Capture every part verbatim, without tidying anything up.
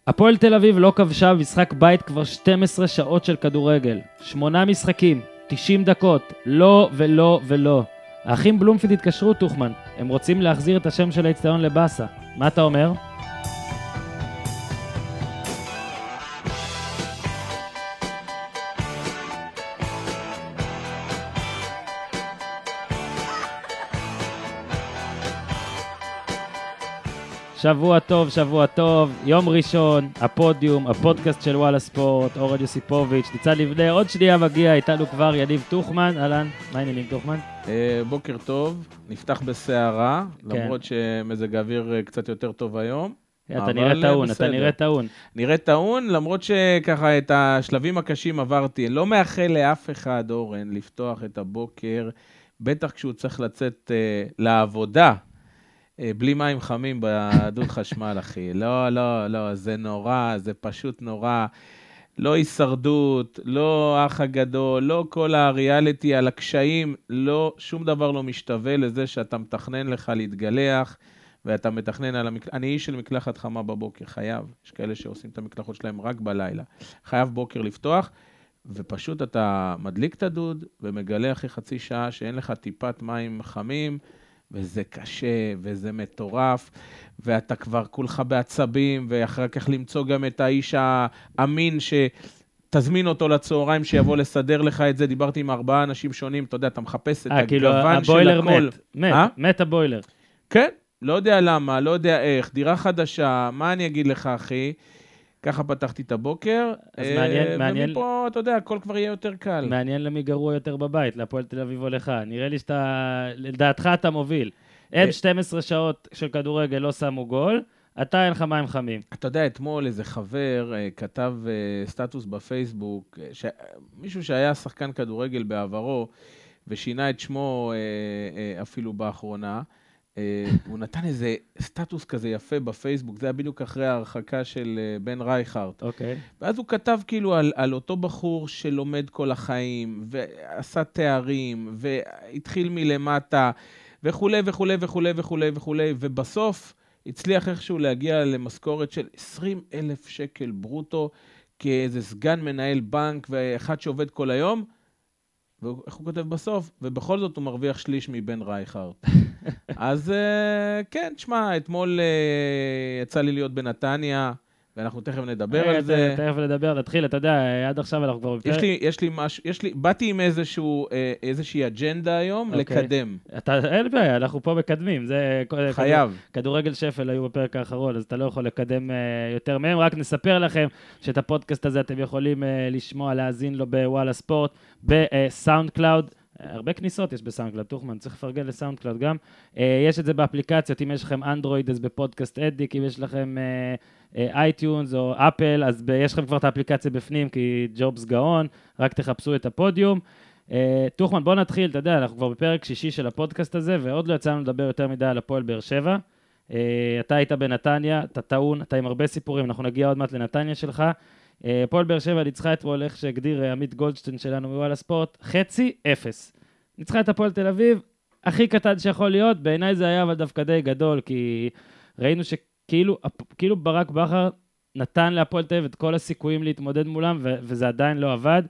הפועל תל אביב לא כבשה משחק בית כבר שתים עשרה שעות של כדורגל. שמונה משחקים, תשעים דקות, לא ולא ולא. האחים בלומפילד התקשרו, תוכמן. הם רוצים להחזיר את השם של האצטדיון לבאסה. מה אתה אומר? שבוע טוב, שבוע טוב, יום ראשון, הפודיום, הפודקאסט של וואלה ספורט, אורן יוסיפוביץ', ניצן לבנה, עוד שנייה מגיע, איתנו כבר יניב תוכמן, אהלן, מה העניינים תוכמן? בוקר טוב, נפתח בסערה, למרות שמזג האוויר קצת יותר טוב היום. אתה נראה טעון, אתה נראה טעון. נראה טעון, למרות שככה את השלבים הקשים עברתי, לא מאחל לאף אחד, אורן, לפתוח את הבוקר, בטח כשהוא צריך לצאת לעבודה, בלי מים חמים בדוד חשמל, אחי. לא, לא, לא, זה נורא, זה פשוט נורא. לא הישרדות, לא אח הגדול, לא כל הריאליטי על הקשיים, לא, שום דבר לא משתווה לזה שאתה מתכנן לך להתגלח, ואתה מתכנן על המקלחת. אני איש של מקלחת חמה בבוקר, חייב. יש כאלה שעושים את המקלחות שלהם רק בלילה. חייב בוקר לפתוח, ופשוט אתה מדליק את הדוד, ומגלה אחרי חצי שעה שאין לך טיפת מים חמים, וזה קשה, וזה מטורף, ואתה כבר כולך בעצבים, ואחר כך למצוא גם את האיש האמין שתזמין אותו לצהריים, שיבוא לסדר לך את זה. דיברתי עם ארבעה אנשים שונים, אתה יודע, אתה מחפש את הגוון של הכל. מת, מת, מת הבוילר. כן, לא יודע למה, לא יודע איך, דירה חדשה, מה אני אגיד לך, אחי? ככה פתחתי את הבוקר, אז מעניין, מעניין. ומפה, אתה יודע, הכל כבר יהיה יותר קל. מעניין למי גרוע יותר בבית, להפועל תל אביב או לך. נראה לי שאתה, לדעתך אתה מוביל. הם שתים עשרה שעות של כדורגל לא שמו גול, אתה אין לך מים חמים. אתה יודע, אתמול איזה חבר כתב סטטוס בפייסבוק, מישהו שהיה שחקן כדורגל בעברו, ושינה את שמו אפילו באחרונה, הוא נתן איזה סטטוס כזה יפה בפייסבוק, זה היה בדיוק אחרי ההרחקה של בן רייכרט. אוקיי. ואז הוא כתב כאילו על, על אותו בחור שלומד כל החיים, ועשה תארים, והתחיל מלמטה, וכו' וכו' וכו' וכו' וכו', ובסוף הצליח איכשהו להגיע למשכורת של עשרים אלף שקל ברוטו, כאיזה סגן מנהל בנק, ואחד שעובד כל היום, ואיך הוא כותב בסוף? ובכל זאת הוא מרוויח שליש מבן רייכרט. אז כן, תשמע, אתמול יצא לי להיות בנתניה, ואנחנו תכף נדבר על זה. תכף נדבר, נתחיל, אתה יודע, עד עכשיו אנחנו כבר... יש לי, יש לי משהו, יש לי, באתי עם איזשהו, איזושהי אג'נדה היום, לקדם. אתה, אין בעיה, אנחנו פה מקדמים, זה... חייב. כדורגל שפל היו בפרק האחרון, אז אתה לא יכול לקדם יותר מהם, רק נספר לכם שאת הפודקאסט הזה אתם יכולים לשמוע, להאזין לו בוואלה ספורט, בסאונד קלאוד, הרבה כניסות יש בסאונד קלאוד, תוכמן, צריך לפרגן לסאונד קלאוד גם. יש את זה באפליקציות, אם יש לכם אנדרואיד, אז בפודקאסט אדיק, אם יש לכם אייטיונס או אפל, אז יש לכם כבר את האפליקציה בפנים, כי ג'ובס גאון, רק תחפשו את הפודיום. תוכמן, בוא נתחיל, אתה יודע, אנחנו כבר בפרק שישי של הפודקאסט הזה, ועוד לא יצאנו לדבר יותר מדי על הפועל באר שבע. אתה היית בנתניה, אתה טעון, אתה עם הרבה סיפורים, אנחנו נגיע עוד מעט לנתניה שלך. הפועל באר שבע ניצחה אתמול, איך שהגדיר עמית גולדשטיין שלנו מוואלה ספורט, חצי אפס. ניצחה את הפועל תל אביב, הכי קטן שיכול להיות, בעיניי זה היה אבל דווקא די גדול, כי ראינו שכאילו כאילו ברק בכר נתן להפועל תל אביב את כל הסיכויים להתמודד מולם, ו- וזה עדיין לא עבד.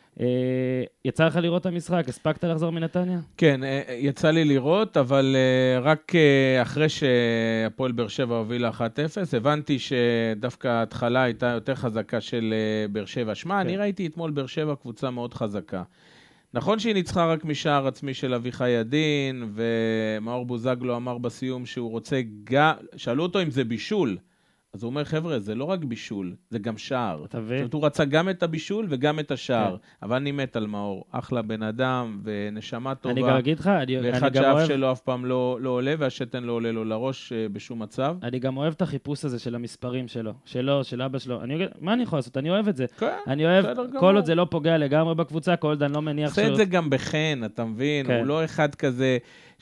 יצא לך לראות את המשחק? הספקת לחזור מנתניה? כן, יצא לי לראות, אבל רק אחרי שהפועל באר שבע הובילה אחת אפס, הבנתי שדווקא ההתחלה הייתה יותר חזקה של באר שבע. שמה, אני ראיתי אתמול באר שבע קבוצה מאוד חזקה. נכון שהיא ניצחה רק משער עצמי של אביחי ידין, ומאור בוזגלו אמר בסיום שהוא רוצה גם... שאלו אותו אם זה בישול. אז הוא אומר, חבר'ה, זה לא רק בישול, זה גם שער. זאת אומרת, הוא רצה גם את הבישול וגם את השער. אבל אני מת על מאור. אחלה בן אדם ונשמה טובה. אני גם אגיד לך, אני גם אוהב... ואחד שאף שלו אף פעם לא עולה, והשתן לא עולה לו לראש בשום מצב. אני גם אוהב את החיפוש הזה של המספרים שלו. שלו, של אבא שלו. מה אני יכול לעשות? אני אוהב את זה. אני אוהב, כל עוד זה לא פוגע לגמרי בקבוצה, כל עוד אני לא מניח עושה את זה גם בחן, אתה מבין? הוא לא אחד כזה...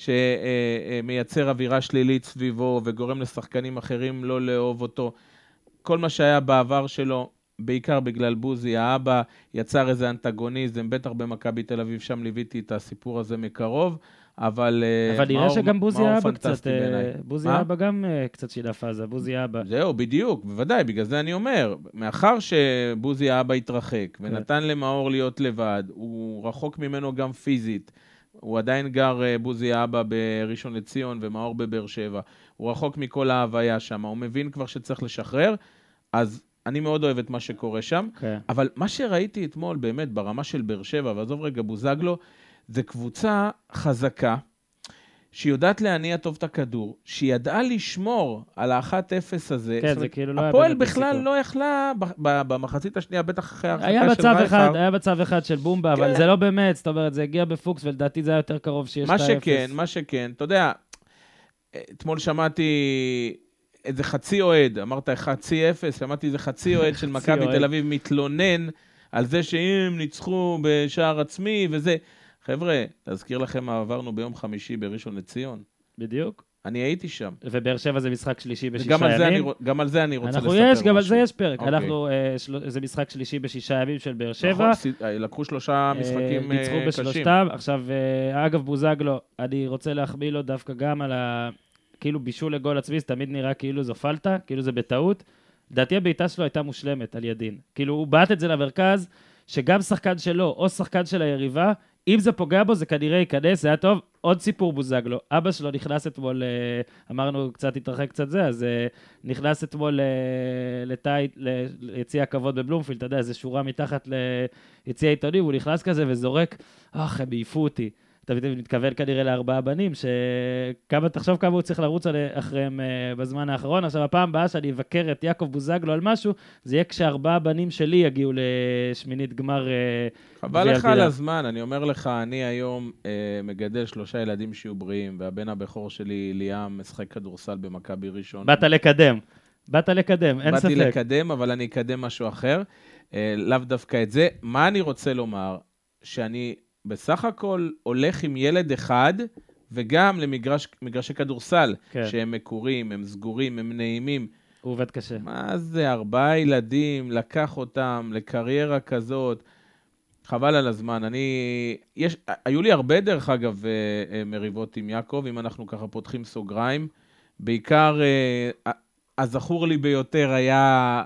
שמייצר אווירה שלילית סביבו וגורם לשחקנים אחרים לא לאהוב אותו. כל מה שהיה בעבר שלו, בעיקר בגלל בוזי, האבא יצר איזה אנטגוניזם, בטח במכבי תל אביב, שם ליוויתי את הסיפור הזה מקרוב, אבל... אבל נראה שגם בוזי אבא קצת, בעיניי. בוזי אבא גם קצת שינה פאזה, בוזי אבא. זהו, בדיוק, בוודאי, בגלל זה אני אומר, מאחר שבוזי אבא התרחק, ונתן למאור להיות לבד, הוא רחוק ממנו גם פיזית, הוא עדיין גר בוזי אבא בראשון לציון ומאור בבאר שבע, הוא רחוק מכל ההוויה שם, הוא מבין כבר שצריך לשחרר, אז אני מאוד אוהב את מה שקורה שם, okay. אבל מה שראיתי אתמול באמת ברמה של באר שבע, ועזוב רגע בוזגלו, זה קבוצה חזקה, שיודעת להניע טוב את הכדור, שידעה לשמור על ה-אחת אפס הזה. כן, זה כאילו לא היה... הפועל בכלל לא יכלה, במחצית השנייה, בטח אחרי ההרחקה של רייכרד. היה בצו אחד של בומבה, אבל זה לא באמת, זאת אומרת, זה הגיע בפוקס, ולדעתי זה היה יותר קרוב שיש את ה-אפס. מה שכן, מה שכן, אתה יודע, אתמול שמעתי איזה חצי אוהד, אמרת חצי אפס, שמעתי איזה חצי אוהד של מכבי תל אביב מתלונן על זה שהם ניצחו בשער עצמי וזה. חבר'ה, להזכיר לכם מה עברנו ביום חמישי בראשון לציון. בדיוק. אני הייתי שם. ובאר שבע זה משחק שלישי בשישה ימים. גם על זה אני רוצה לספר משהו. יש, גם על זה יש פרק. אנחנו, זה משחק שלישי בשישה ימים של באר שבע. לקחו שלושה משחקים קשים. ניצחו בשלושתם. עכשיו, אגב, בוזגלו, אני רוצה להחמיא לו דווקא גם על ה... כאילו בישול לגול עצמי, זה תמיד נראה כאילו זו פלטה, כאילו זה בטעות. דעתי הבעיטה שלו הייתה מושלמת על ידין. כאילו הוא בעט את זה למרכז, שגם שחקן שלו או שחקן של היריבה, אם זה פוגע בו, זה כנראה ייכנס, זה היה טוב. עוד סיפור בוזגלו, אבא שלו נכנס אתמול, אמרנו קצת התרחק קצת זה, אז נכנס אתמול לתאית, ליציע הכבוד בבלומפילד, אתה יודע, איזו שורה מתחת ליציע עיתונים, הוא נכנס כזה וזורק, אך, הם העיפו אותי. אתה מתכוון כנראה לארבעה בנים, שכמה, תחשוב כמה הוא צריך לרוץ אחריהם בזמן האחרון. עכשיו, הפעם הבאה שאני אבקר את יעקב בוזגלו על משהו, זה יהיה כשארבעה בנים שלי יגיעו לשמינית גמר. חבל לך על הזמן, אני אומר לך, אני היום מגדל שלושה ילדים שיהיו בריאים, והבן הבכור שלי, ליאם, משחק כדורסל במכבי ראשון. באת לקדם, באת לקדם, אין ספק. באתי לקדם, אבל אני אקדם משהו אחר. לאו דווקא את זה. מה אני רוצה לומר? שאני... בסך הכל הולך עם ילד אחד, וגם למגרשי כדורסל, כן. שהם מקורים, הם סגורים, הם נעימים. הוא עובד קשה. מה זה, ארבעה ילדים, לקח אותם לקריירה כזאת, חבל על הזמן. אני, יש, היו לי הרבה דרך אגב מריבות עם יעקב, אם אנחנו ככה פותחים סוגריים, בעיקר, הזכור לי ביותר היה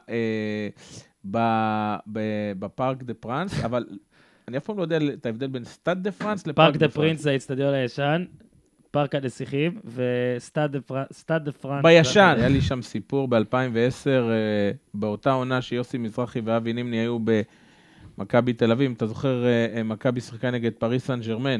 בפארק דה פרנס, אבל... אני אף פעם לא יודע את ההבדל בין סטאד דה פרנס לפארק דה פרנס. פארק דה פרינס זה האצטדיון הישן, פארק הנסיכים, וסטאד דה פרנס... בישן, היה לי שם סיפור ב-אלפיים ועשר, באותה עונה שיוסי מזרחי ואבי נימני היו במכבי תל אביב, אתה זוכר, מכבי שיחקה נגד פריס סן ז'רמן,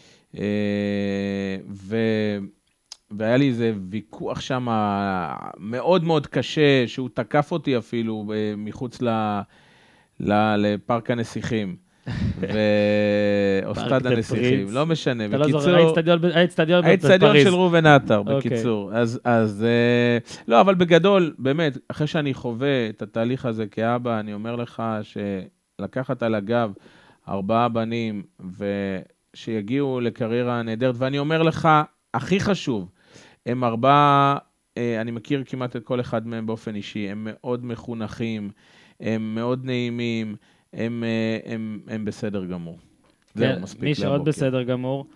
והיה לי איזה ויכוח שם מאוד מאוד קשה, שהוא תקף אותי אפילו מחוץ לפארק הנסיכים. ואוסטד הנסיכים, לא משנה, בקיצור, האצטדיון של רובן עטר, בקיצור, אז לא, אבל בגדול, באמת, אחרי שאני חווה את התהליך הזה כאבא, אני אומר לך שלקחת על הגב ארבעה בנים, ושיגיעו לקריירה נהדרת, ואני אומר לך, הכי חשוב, הם ארבעה, אני מכיר כמעט את כל אחד מהם באופן אישי, הם מאוד מחונכים, הם מאוד נעימים, הם, הם, הם בסדר גמור. כן, מי שעוד בסדר גמור,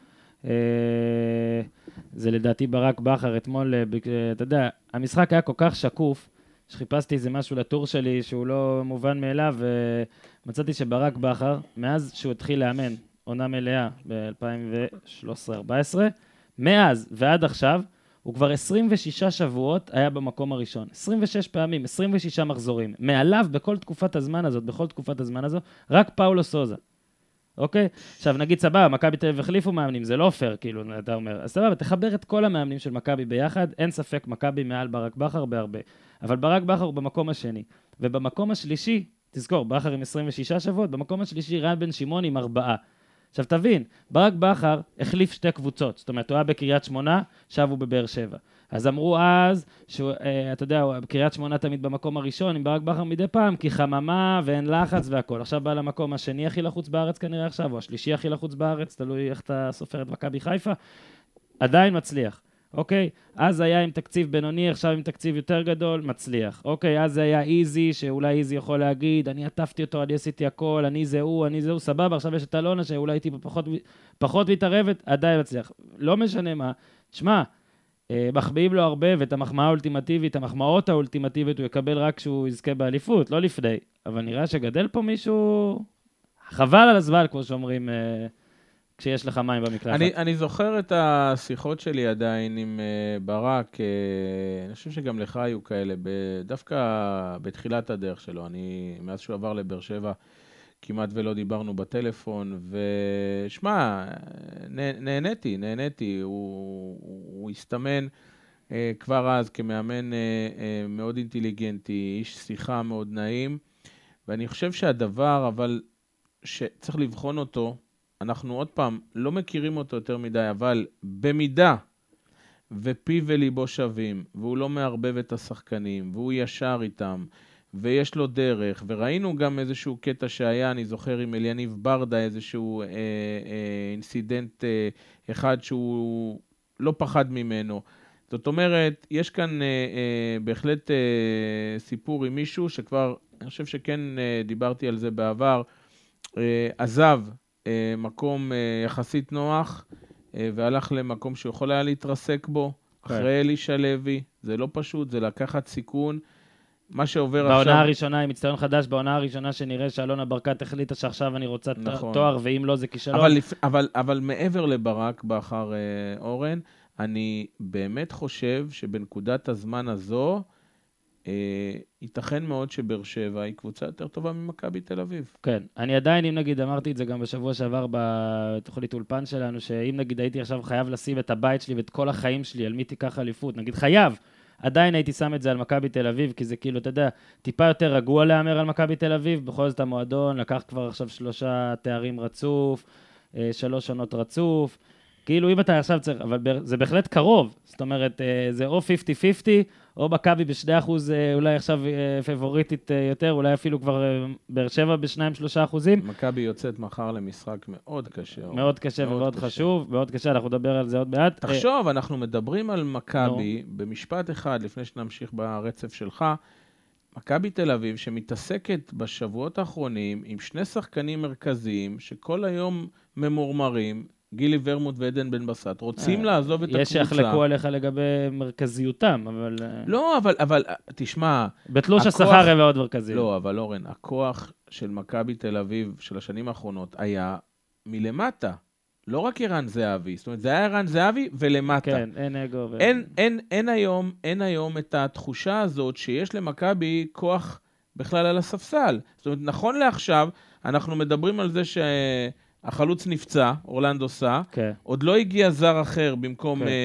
זה לדעתי ברק בכר, אתמול, אתה יודע, המשחק היה כל כך שקוף, שחיפשתי איזה משהו לטור שלי, שהוא לא מובן מאליו, ומצאתי שברק בכר, מאז שהוא התחיל לאמן, עונה מלאה ב-אלפיים ושלוש עשרה ארבע עשרה, מאז ועד עכשיו, הוא כבר עשרים ושישה שבועות היה במקום הראשון. עשרים ושש פעמים, עשרים ושישה מחזורים. מעליו בכל תקופת הזמן הזאת, בכל תקופת הזמן הזאת, רק פאולו סוזה. אוקיי? עכשיו נגיד סבבה, מכבי תל אביב החליפו מאמנים, זה לא פייר, כאילו, אתה אומר. אז סבבה, תחבר את כל המאמנים של מכבי ביחד, אין ספק, מכבי מעל ברק בכר בהרבה. אבל ברק בכר הוא במקום השני. ובמקום השלישי, תזכור, בכר עם עשרים ושישה שבועות, במקום השלישי רן בן שמעון עם ארבעה. עכשיו תבין, ברק בכר החליף שתי קבוצות, זאת אומרת, הוא היה בקריית שמונה, שב הוא בבאר שבע. אז אמרו אז, שאתה יודע, בקריית שמונה תמיד במקום הראשון, עם ברק בכר מדי פעם, כי חממה ואין לחץ והכל. עכשיו בא למקום השני הכי לחוץ בארץ כנראה עכשיו, או השלישי הכי לחוץ בארץ, תלוי איך אתה סופר את מכבי חיפה, עדיין מצליח. אוקיי? אז היה עם תקציב בינוני, עכשיו עם תקציב יותר גדול, מצליח. אוקיי, אז זה היה איזי, שאולי איזי יכול להגיד, אני עטפתי אותו, אני עשיתי הכל, אני זה הוא, אני זה הוא, סבבה, עכשיו יש את אלונה, שאולי הייתי פחות, פחות מתערבת, עדיין מצליח. לא משנה מה. תשמע, מחביאים לו הרבה, ואת המחמאה האולטימטיבית, המחמאות האולטימטיבית, הוא יקבל רק כשהוא יזכה באליפות, לא לפני. אבל נראה שגדל פה מישהו, חבל על הזבל, כמו שאומרים, כשיש לך מים במקלחת. אני, אני זוכר את השיחות שלי עדיין עם uh, ברק, uh, אני חושב שגם לך היו כאלה, ב, דווקא בתחילת הדרך שלו, אני, מאז שהוא עבר לבאר שבע, כמעט ולא דיברנו בטלפון, ושמע, נהניתי, נהניתי, הוא, הוא הסתמן uh, כבר אז כמאמן uh, uh, מאוד אינטליגנטי, איש שיחה מאוד נעים, ואני חושב שהדבר, אבל שצריך לבחון אותו, אנחנו עוד פעם לא מכירים אותו יותר מדי, אבל במידה ופי וליבו שווים, והוא לא מערבב את השחקנים, והוא ישר איתם, ויש לו דרך, וראינו גם איזשהו קטע שהיה, אני זוכר עם אליניב ברדה, איזשהו אה, אה, אינסידנט אה, אחד שהוא לא פחד ממנו. זאת אומרת, יש כאן אה, אה, בהחלט אה, סיפור עם מישהו שכבר, אני חושב שכן אה, דיברתי על זה בעבר, אה, עזב, מקום יחסית נוח, והלך למקום שיכול היה להתרסק בו, אחרי אלישע לוי, זה לא פשוט, זה לקחת סיכון, מה שעובר עכשיו... בעונה הראשונה, עם מצטיון חדש, בעונה הראשונה שנראה שאלונה ברקת החליטה שעכשיו אני רוצה תואר, ואם לא זה כישלון. אבל, אבל, אבל מעבר לברק, באחר אורן, אני באמת חושב שבנקודת הזמן הזו, ייתכן מאוד שבאר שבע היא קבוצה יותר טובה ממכבי תל אביב. כן, אני עדיין, אם נגיד, אמרתי את זה גם בשבוע שעבר בתוכנית אולפן שלנו, שאם נגיד הייתי עכשיו חייב לשים את הבית שלי ואת כל החיים שלי, על מי תיקח אליפות, נגיד חייב, עדיין הייתי שם את זה על מכבי תל אביב, כי זה כאילו, אתה יודע, טיפה יותר רגוע להאמר על מכבי תל אביב, בכל זאת המועדון, לקח כבר עכשיו שלושה תארים רצוף, שלוש עונות רצוף, כאילו אם אתה עכשיו צריך, אבל זה בהחלט קרוב, זאת אומרת, זה או חמישים חמישים, או מכבי בשני אחוז, אולי עכשיו פבוריטית יותר, אולי אפילו כבר באר שבע בשניים שלושה אחוזים. מכבי יוצאת מחר למשחק מאוד קשה. מאוד קשה ומאוד חשוב, מאוד קשה, אנחנו נדבר על זה עוד מעט. תחשוב, אנחנו מדברים על מכבי, במשפט אחד, לפני שנמשיך ברצף שלך, מכבי תל אביב שמתעסקת בשבועות האחרונים עם שני שחקנים מרכזיים, שכל היום ממורמרים, גילי ורמוט ועדן בן בסט, רוצים לעזוב את הקבוצה. יש שיחלקו עליך לגבי מרכזיותם, אבל... לא, אבל, אבל, תשמע... בתלוש השכר הם מאוד מרכזיים. לא, אבל אורן, הכוח של מכבי תל אביב של השנים האחרונות היה מלמטה. לא רק ערן זהבי, זאת אומרת, זה היה ערן זהבי ולמטה. כן, אין אגו. אין, אין, אין היום, אין היום את התחושה הזאת שיש למכבי כוח בכלל על הספסל. זאת אומרת, נכון לעכשיו, אנחנו מדברים על זה ש... החלוץ נפצע, אורלנדו סא, okay. עוד לא הגיע זר אחר במקום okay. אה,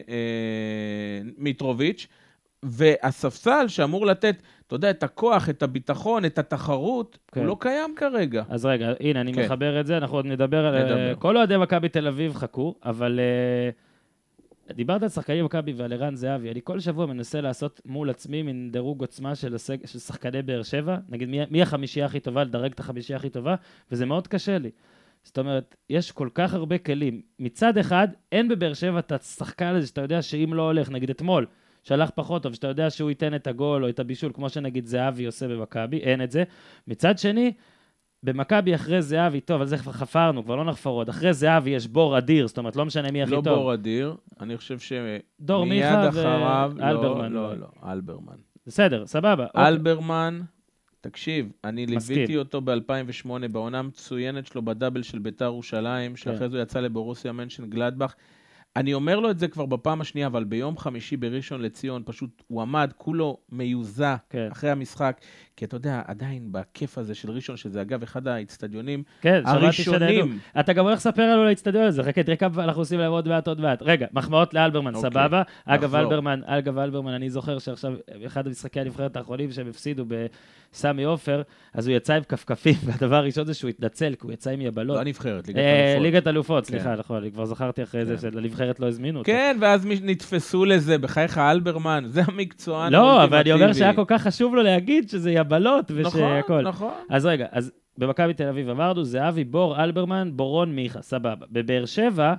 אה, מיטרוביץ', והספסל שאמור לתת, אתה יודע, את הכוח, את הביטחון, את התחרות, okay. הוא לא קיים כרגע. אז רגע, הנה, אני okay. מחבר את זה, אנחנו עוד נדבר על... נדבר. כל אוהדי מכבי תל אביב חכו, אבל uh, דיברת על שחקנים מכבי ועל ערן זהבי, אני כל שבוע מנסה לעשות מול עצמי מן דירוג עוצמה של, הסג... של שחקני באר שבע, נגיד מי, מי החמישייה הכי טובה, לדרג את החמישייה הכי טובה, וזה מאוד קשה לי. זאת אומרת, יש כל כך הרבה כלים. מצד אחד, אין בבאר שבע את השחקן הזה שאתה יודע שאם לא הולך, נגיד אתמול, שהלך פחות טוב, שאתה יודע שהוא ייתן את הגול או את הבישול, כמו שנגיד זהבי עושה במכבי, אין את זה. מצד שני, במכבי אחרי זהבי, טוב, על זה כבר חפרנו, כבר לא נחפר עוד, אחרי זהבי יש בור אדיר, זאת אומרת, לא משנה מי הכי לא טוב. לא בור אדיר, אני חושב דור מיכה ואלברמן. לא, לא, לא, אלברמן. בסדר, סבבה. אלברמן... תקשיב, אני ליוויתי אותו ב-אלפיים ושמונה, בעונה מצוינת שלו בדאבל של בית"ר ירושלים, שאחרי זה יצא לבורוסיה מנשן גלדבך. אני אומר לו את זה כבר בפעם השנייה, אבל ביום חמישי בראשון לציון, פשוט הוא עמד כולו מיוזע כן. אחרי המשחק, כי אתה יודע, עדיין בכיף הזה של ראשון, שזה אגב אחד האצטדיונים כן, הראשונים. אתה גם הולך לספר לנו לאצטדיון הזה, חכה, תראה כמה אנחנו עושים להם עוד מעט, עוד מעט. רגע, מחמאות לאלברמן, אוקיי, סבבה. אגב אלברמן, אגב אלברמן, אני זוכר שעכשיו, אחד המשחקי הנבחרת האחרונים שהם הפסידו בסמי עופר, אז הוא יצא עם כפכפים, והדבר הראשון זה שהוא התנצל, כי הוא יצא עם יבלות. לא הנבחרת, ליגת אלופות. ליגת אלופות, סליחה, נכון, אני כבר זכרתי אחרי זה שלנבחרת לא הזמינו אותו. כן, ואז נתפסו לזה, בחייך אלברמן, זה המקצוען. לא, אבל אני אומר שהיה כל כך חשוב לו להגיד שזה יבלות ושהכל. נכון, נכון. אז רגע, אז במכבי תל אביב אמרנו, זהבי, בור, אלברמן, בורון, מיכה, סבבה. בבאר שבע,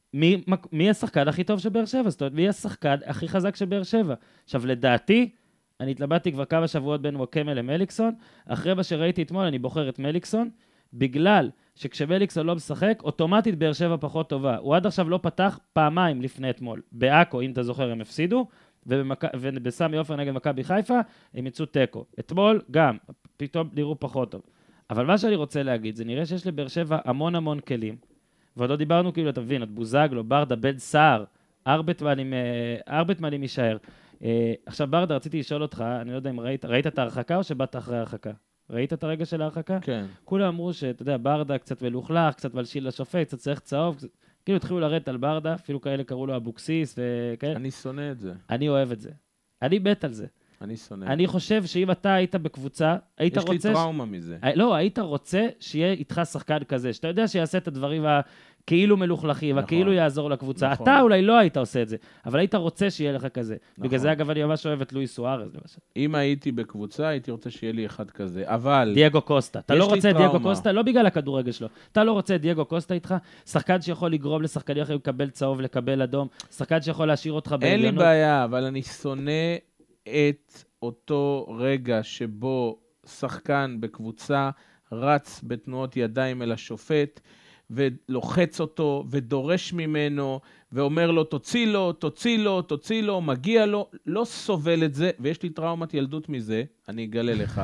מי, מי השחקן הכי טוב של באר שבע? זאת אומרת, מי השחקן הכי חזק של באר שבע? עכשיו, לדעתי, אני התלבטתי כבר כמה שבועות בין וואקמה למליקסון, אחרי מה שראיתי אתמול, אני בוחר את מליקסון, בגלל שכשמליקסון לא משחק, אוטומטית באר שבע פחות טובה. הוא עד עכשיו לא פתח פעמיים לפני אתמול. באקו, אם אתה זוכר, הם הפסידו, ובמק... ובסמי עופר נגד מכבי חיפה, הם יצאו טקו. אתמול גם, פתאום נראו פחות טוב. אבל מה שאני רוצה להגיד, זה נראה שיש לבאר שבע המון המון כלים, ועוד לא דיברנו, כאילו, אתה מבין, את בוזגלו, ברדה, בן סער, ארבטמנים, ארבטמנים יישאר. עכשיו, ברדה, רציתי לשאול אותך, אני לא יודע אם ראית, ראית את ההרחקה או שבאת אחרי ההרחקה? ראית את הרגע של ההרחקה? כן. כולם אמרו שאתה יודע, ברדה קצת מלוכלך, קצת מלשיל לשופט, קצת צריך צהוב, קצת... כאילו התחילו לרדת על ברדה, אפילו כאלה קראו לו אבוקסיס וכאלה. אני שונא את זה. אני אוהב את זה. אני מת על זה. אני שונא. אני חושב שאם אתה היית בקבוצה, היית רוצה... יש לי טראומה מזה. לא, היית רוצה שיהיה איתך שחקן כזה, שאתה יודע שיעשה את הדברים הכאילו מלוכלכים, הכאילו יעזור לקבוצה. אתה אולי לא היית עושה את זה, אבל היית רוצה שיהיה לך כזה. בגלל זה, אגב, אני ממש אוהב את לואיס סוארז, למשל. אם הייתי בקבוצה, הייתי רוצה שיהיה לי אחד כזה, אבל... דייגו קוסטה. אתה לא רוצה את דייגו קוסטה, לא בגלל הכדורגל שלו. אתה לא רוצה את דייגו קוסטה איתך, שחקן שיכול לגרום לשחקנים אחרים לקבל צהוב, לקבל אדום, שחקן שיכול להשאיר אותך בעליונות. אין לי בעיה, אבל אני שונא את אותו רגע שבו שחקן בקבוצה רץ בתנועות ידיים אל השופט, ולוחץ אותו, ודורש ממנו, ואומר לו, תוציא לו, תוציא לו, תוציא לו, מגיע לו, לא סובל את זה, ויש לי טראומת ילדות מזה, אני אגלה לך.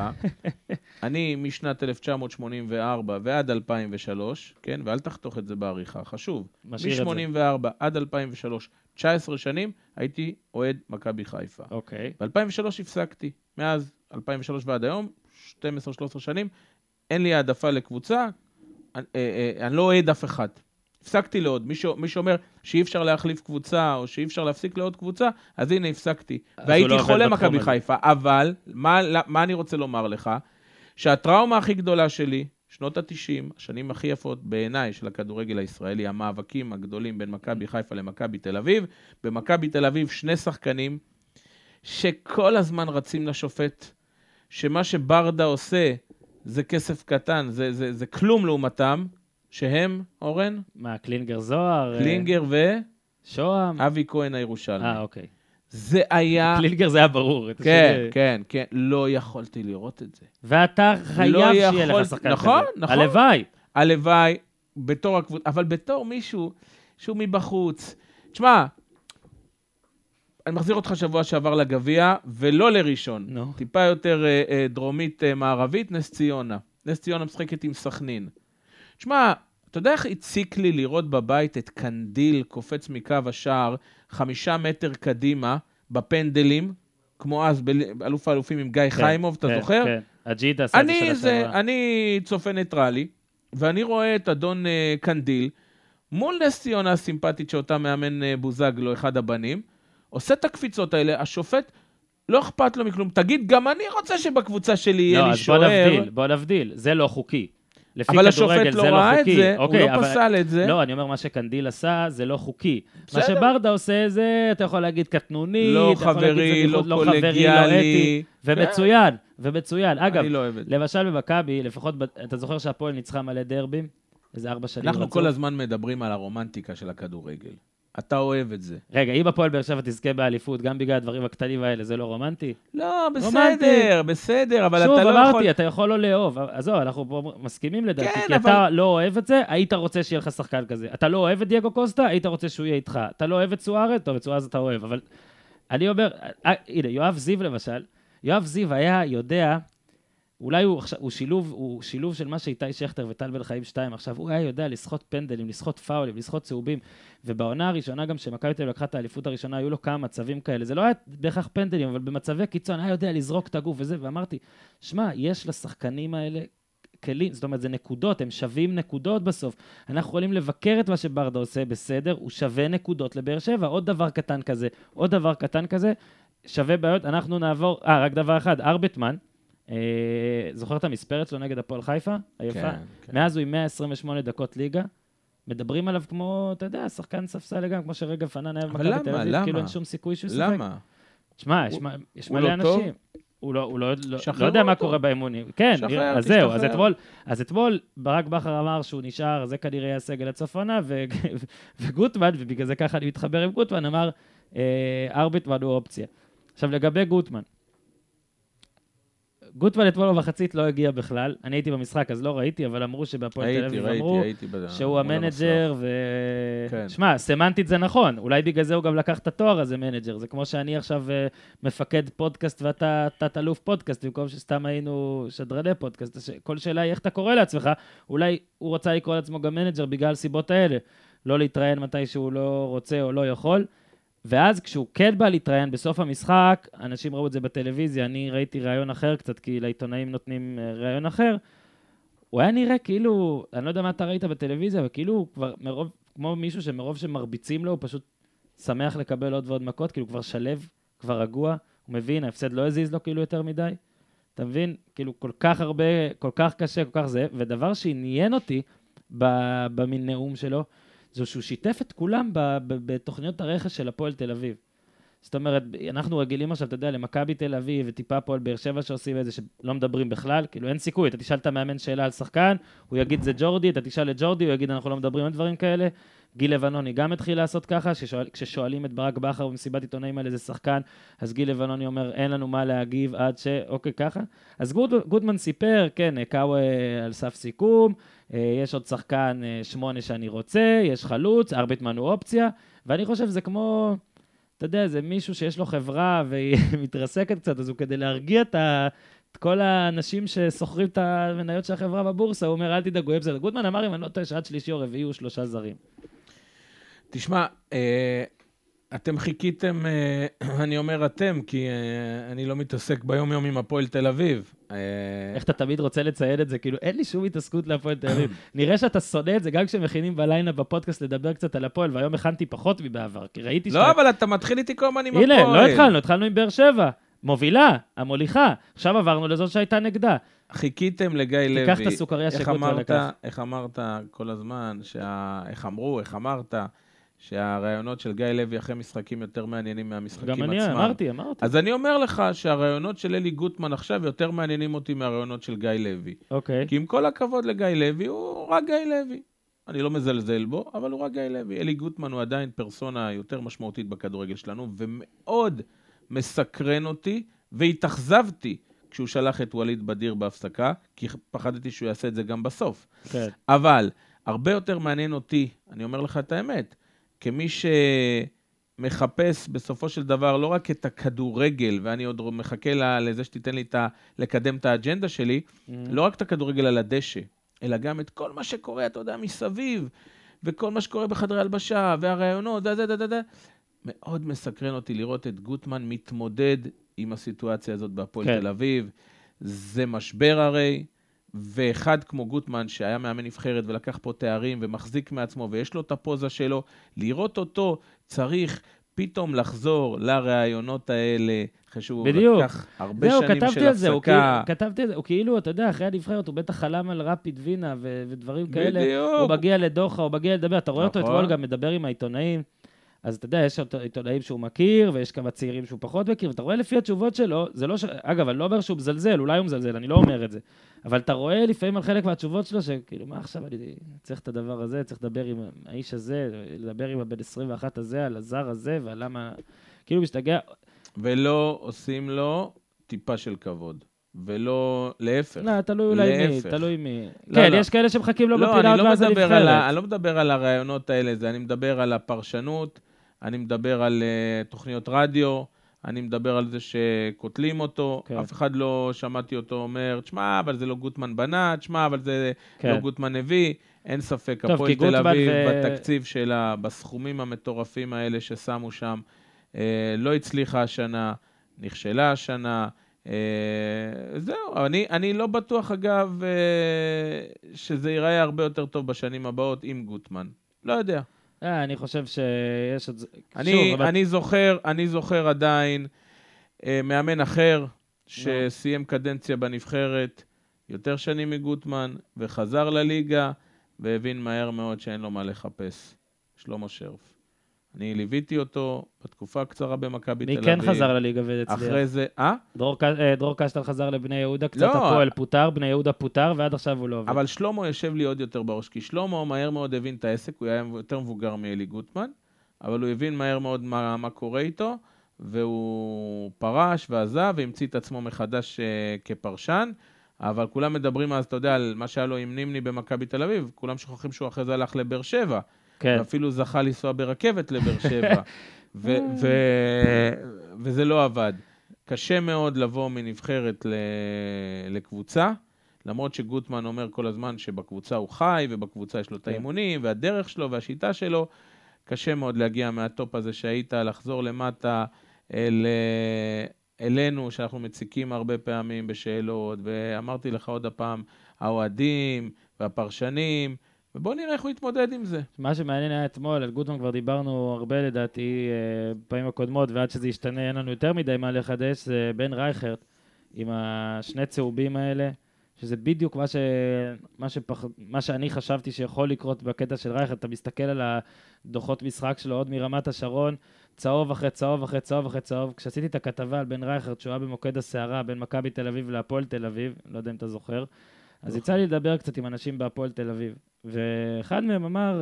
אני משנת אלף תשע מאות שמונים וארבע ועד אלפיים ושלוש, כן, ואל תחתוך את זה בעריכה, חשוב. מ-שמונים וארבע עד אלפיים ושלוש, תשע עשרה שנים, הייתי אוהד מכבי חיפה. אוקיי. ב-אלפיים ושלוש הפסקתי. מאז אלפיים ושלוש ועד היום, שתים עשרה שלוש עשרה שנים, אין לי העדפה לקבוצה, אני, אני לא אוהד אף אחד. הפסקתי לעוד. מי שאומר שאי אפשר להחליף קבוצה, או שאי אפשר להפסיק לעוד קבוצה, אז הנה הפסקתי. והייתי לא חולה מכבי חיפה. אבל, מה, מה אני רוצה לומר לך? שהטראומה הכי גדולה שלי, שנות ה-תשעים, השנים הכי יפות בעיניי של הכדורגל הישראלי, המאבקים הגדולים בין מכבי חיפה למכבי תל אביב, במכבי תל אביב שני שחקנים, שכל הזמן רצים לשופט, שמה שברדה עושה, זה כסף קטן, זה, זה, זה כלום לעומתם, שהם, אורן? מה, קלינגר זוהר? קלינגר ו... שוהם? אבי כהן הירושלמי. אה, אוקיי. זה היה... קלינגר זה היה ברור. כן, כן, כן. לא יכולתי לראות את זה. ואתה חייב לא שיהיה יכול... לך שחקן נכון, כזה. נכון. הלוואי. הלוואי, בתור הקבוצה, אבל בתור מישהו שהוא מבחוץ. תשמע, אני מחזיר אותך שבוע שעבר לגביע, ולא לראשון. נו. טיפה יותר אה, אה, דרומית אה, מערבית, נס ציונה. נס ציונה משחקת עם סכנין. תשמע, אתה יודע איך הציק לי לראות בבית את קנדיל קופץ מקו השער, חמישה מטר קדימה, בפנדלים, כמו אז באלוף האלופים עם גיא כן, חיימוב, אתה כן, זוכר? כן, הג'ידה עשה את זה של השערה. אני צופה ניטרלי, ואני רואה את אדון אה, קנדיל, מול נס ציונה הסימפטית שאותה מאמן אה, בוזגלו, אחד הבנים, עושה את הקפיצות האלה, השופט לא אכפת לו מכלום. תגיד, גם אני רוצה שבקבוצה שלי יהיה לא, לי אז שוער. בוא נבדיל, בוא נבדיל, זה לא חוקי. אבל השופט לא ראה את זה, הוא לא פסל את זה. לא, אני אומר, מה שקנדיל עשה, זה לא חוקי. מה שברדה עושה זה, אתה יכול להגיד קטנוני, לא חברי, לא קולגיאלי. ומצוין, ומצוין. אגב, למשל במכבי, לפחות, אתה זוכר שהפועל ניצחה מלא דרבים? איזה ארבע שנים רצו. אנחנו כל הזמן מדברים על הרומנטיקה של הכדורגל. אתה אוהב את זה. רגע, אם הפועל באר שבע תזכה באליפות, גם בגלל הדברים הקטנים האלה, זה לא רומנטי? לא, בסדר, בסדר, אבל אתה לא יכול... שוב, אמרתי, אתה יכול לא לאהוב. עזוב, אנחנו פה מסכימים לדעתי, כי אתה לא אוהב את זה, היית רוצה שיהיה לך שחקן כזה. אתה לא אוהב את דייגו קוסטה, היית רוצה שהוא יהיה איתך. אתה לא אוהב את סוארז, טוב, את סוארז אתה אוהב, אבל אני אומר, הנה, יואב זיו למשל, יואב זיו היה יודע, אולי הוא, הוא, שילוב, הוא שילוב של מה שאיתי שכטר וטל בן חיים שתיים, עכשיו הוא היה יודע לשחות פנדלים, לשחות פאולים, לשחות צהובים, ובעונה הראשונה גם שמכבי תל אביב לקחה את האליפות הראשונה, היו לו כמה מצבים כאלה, זה לא היה בהכרח פנדלים, אבל במצבי קיצון היה יודע לזרוק את הגוף וזה, ואמרתי, שמע, יש לשחקנים האלה כלים, זאת אומרת, זה נקודות, הם שווים נקודות בסוף, אנחנו יכולים לבקר את מה שברדה עושה בסדר, הוא שווה נקודות לבאר שבע, עוד דבר קטן כזה, עוד דבר קטן כזה, שווה בעיות, אנחנו נעבור, אה, רק דבר אחד, ארבטמן, זוכר את המספרת שלו נגד הפועל חיפה? היפה? מאז הוא עם מאה עשרים ושמונה דקות ליגה, מדברים עליו כמו, אתה יודע, שחקן ספסל לגמרי, כמו שרגע פנן היה במכבי תל אביב, כאילו אין שום סיכוי שהוא ישחק. למה? תשמע, יש מלא אנשים. הוא לא, הוא לא, לא, לא יודע מה אותו. קורה באימונים. כן, שחרר, אז זהו, אז אתמול, אז אתמול ברק בכר אמר שהוא נשאר, זה כנראה יהיה הסגל הצפונה, ו, וגוטמן, ובגלל זה ככה אני מתחבר עם גוטמן, אמר, אה, ארביטמן הוא אופציה. עכשיו, לגבי גוטמן, גוטמן אתמול במחצית לא הגיע בכלל, אני הייתי במשחק אז לא ראיתי, אבל אמרו שבפועל תל אביב אמרו שהוא המנג'ר, ו... כן. שמה, סמנטית זה נכון, אולי בגלל זה הוא גם לקח את התואר הזה מנג'ר, זה כמו שאני עכשיו מפקד פודקאסט ואתה תת-אלוף פודקאסט, במקום שסתם היינו שדרני פודקאסט, כל שאלה היא איך אתה קורא לעצמך, אולי הוא רוצה לקרוא לעצמו גם מנג'ר בגלל סיבות האלה, לא להתראיין מתי שהוא לא רוצה או לא יכול, ואז כשהוא כן בא להתראיין בסוף המשחק, אנשים ראו את זה בטלוויזיה, אני ראיתי ראיון אחר קצת, כי לעיתונאים נותנים ראיון אחר, הוא היה נראה כאילו, אני לא יודע מה אתה ראית בטלוויזיה, אבל כאילו הוא כבר מרוב, כמו מישהו שמרוב שמרביצים לו, הוא פשוט שמח לקבל עוד ועוד מכות, כאילו הוא כבר שלב, כבר רגוע, הוא מבין, ההפסד לא הזיז לו כאילו יותר מדי, אתה מבין? כאילו כל כך הרבה, כל כך קשה, כל כך זה, ודבר שעניין אותי במין נאום שלו, זה שהוא שיתף את כולם בתוכניות הרכש של הפועל תל אביב. זאת אומרת, אנחנו רגילים עכשיו, אתה יודע, למכבי תל אביב וטיפה הפועל באר שבע שעושים את זה, שלא מדברים בכלל, כאילו אין סיכוי, אתה תשאל את המאמן שאלה על שחקן, הוא יגיד זה ג'ורדי, אתה תשאל את ג'ורדי, הוא יגיד אנחנו לא מדברים על דברים כאלה. גיל לבנוני גם התחיל לעשות ככה, ששואל, כששואלים את ברק בכר במסיבת עיתונאים על איזה שחקן, אז גיל לבנוני אומר, אין לנו מה להגיב עד ש... אוקיי, ככה. אז גוד, גודמן סיפר, כן, קאווה על סף סיכום, יש עוד שחקן שמונה שאני רוצה, יש חלוץ, ארביטמן הוא אופציה, ואני חושב זה כמו, אתה יודע, זה מישהו שיש לו חברה והיא מתרסקת קצת, אז הוא כדי להרגיע את ה... את כל האנשים שסוחרים את המניות של החברה בבורסה, הוא אומר, אל תדאגו, יהיה בסדר. גודמן אמר, אם אני לא טועה, שעד שלישי או רביעי הוא שלושה זרים. תשמע, אתם חיכיתם, אני אומר אתם, כי אני לא מתעסק ביום יום עם הפועל תל אביב. איך אתה תמיד רוצה לציין את זה? כאילו, אין לי שום התעסקות להפועל תל אביב. נראה שאתה שונא את זה, גם כשמכינים בלילה בפודקאסט לדבר קצת על הפועל, והיום הכנתי פחות מבעבר, כי ראיתי לא, אבל אתה מתחיל איתי כל הזמן עם הפועל. הנה, לא התחלנו, התחלנו עם באר שבע. מובילה, המוליכה. עכשיו עברנו לזאת שהייתה נגדה. חיכיתם לגיא לוי. תיקח את הסוכריה שגוטמן לקח. איך אמרת כל הזמן, איך אמרו, איך אמרת, שהרעיונות של גיא לוי אחרי משחקים יותר מעניינים מהמשחקים עצמם. גם אני אמרתי, אמרתי. אז אני אומר לך שהרעיונות של אלי גוטמן עכשיו יותר מעניינים אותי מהרעיונות של גיא לוי. אוקיי. כי עם כל הכבוד לגיא לוי, הוא רק גיא לוי. אני לא מזלזל בו, אבל הוא רק גיא לוי. אלי גוטמן הוא עדיין פרסונה יותר משמעותית בכדורגל שלנו, ומאוד מסקרן אותי, והתאכזבתי כשהוא שלח את וליד בדיר בהפסקה, כי פחדתי שהוא יעשה את זה גם בסוף. כן. אבל הרבה יותר מעניין אותי, אני אומר לך את האמת, כמי שמחפש בסופו של דבר לא רק את הכדורגל, ואני עוד מחכה לזה שתיתן לי ה, לקדם את האג'נדה שלי, mm-hmm. לא רק את הכדורגל על הדשא, אלא גם את כל מה שקורה, אתה יודע, מסביב, וכל מה שקורה בחדרי הלבשה, והרעיונות, דה, דה, דה, דה, דה. מאוד מסקרן אותי לראות את גוטמן מתמודד עם הסיטואציה הזאת בהפועל כן. תל אביב. זה משבר הרי, ואחד כמו גוטמן שהיה מאמן נבחרת ולקח פה תארים ומחזיק מעצמו ויש לו את הפוזה שלו, לראות אותו צריך פתאום לחזור לרעיונות האלה, חשוב לקח הרבה זהו, שנים של זה, הפסקה. הוא, כתבתי על זה, הוא כאילו, אתה יודע, אחרי הנבחרת הוא בטח חלם על רפיד וינה ו- ודברים בדיוק. כאלה, הוא מגיע לדוחה, הוא מגיע לדבר, אתה רואה נכון. אותו אתמול גם מדבר עם העיתונאים, אז אתה יודע, יש עיתונאים שהוא מכיר, ויש כמה צעירים שהוא פחות מכיר, ואתה רואה לפי התשובות שלו, זה לא ש... אגב, אני לא אומר שהוא מזלזל, אולי הוא מזלזל, אני לא אומר את זה, אבל אתה רואה לפעמים על חלק מהתשובות שלו, שכאילו, מה עכשיו, אני צריך את הדבר הזה, צריך לדבר עם האיש הזה, לדבר עם הבן עשרים ואחת הזה, על הזר הזה, ועל למה... כאילו משתגע... ולא עושים לו טיפה של כבוד. ולא, להפך. לא, תלוי אולי מי, תלוי מי. כן, יש כאלה שמחכים לו בפינה ואז הנבחרת. אני לא מדבר על הרעיונות האלה, אני מדבר על הפרשנות, אני מדבר על תוכניות רדיו, אני מדבר על זה שקוטלים אותו, אף אחד לא שמעתי אותו אומר, תשמע, אבל זה לא גוטמן בנה, תשמע, אבל זה לא גוטמן הביא, אין ספק, הפועל תל אביב בתקציב שלה, בסכומים המטורפים האלה ששמו שם, לא הצליחה השנה, נכשלה השנה, זהו, אני, אני לא בטוח אגב שזה ייראה הרבה יותר טוב בשנים הבאות עם גוטמן, לא יודע. אני חושב שיש עוד... אני, אני זוכר, אני זוכר עדיין מאמן אחר שסיים קדנציה בנבחרת יותר שנים מגוטמן וחזר לליגה והבין מהר מאוד שאין לו מה לחפש. שלמה שרף. אני ליוויתי אותו בתקופה הקצרה במכבי תל מי אביב. כן חזר לליגה והצליח? אחרי זה, אה? דרור, דרור קשטל חזר לבני יהודה, קצת לא, הפועל פוטר, בני יהודה פוטר, ועד עכשיו הוא לא עובד. אבל שלמה יושב לי עוד יותר בראש, כי שלמה מהר מאוד הבין את העסק, הוא היה יותר מבוגר מאלי גוטמן, אבל הוא הבין מהר מאוד מה, מה קורה איתו, והוא פרש ועזב, והמציא את עצמו מחדש uh, כפרשן, אבל כולם מדברים אז, אתה יודע, על מה שהיה לו עם נימני במכבי תל אביב, כולם שוכחים שהוא אחרי זה הלך לבאר שבע, כן. ואפילו זכה לנסוע ברכבת לבאר שבע, ו- ו- וזה לא עבד. קשה מאוד לבוא מנבחרת ל- לקבוצה, למרות שגוטמן אומר כל הזמן שבקבוצה הוא חי, ובקבוצה יש לו את האימונים, והדרך שלו והשיטה שלו, קשה מאוד להגיע מהטופ הזה שהיית, לחזור למטה אל, אלינו, שאנחנו מציקים הרבה פעמים בשאלות, ואמרתי לך עוד הפעם, האוהדים והפרשנים, ובוא נראה איך הוא יתמודד עם זה. מה שמעניין היה אתמול, על גוטמן כבר דיברנו הרבה לדעתי פעמים הקודמות, ועד שזה ישתנה אין לנו יותר מדי מה לחדש, זה בן רייכרט, עם השני צהובים האלה, שזה בדיוק מה, ש... מה, שפח... מה שאני חשבתי שיכול לקרות בקטע של רייכרט. אתה מסתכל על הדוחות משחק שלו עוד מרמת השרון, צהוב אחרי צהוב אחרי צהוב אחרי צהוב. כשעשיתי את הכתבה על בן רייכרט, שהוא היה במוקד הסערה בין מכבי תל אביב להפועל תל אביב, לא יודע אם אתה זוכר, אז יצא לי לדבר קצת עם אנשים בהפועל תל אביב, ואחד מהם אמר,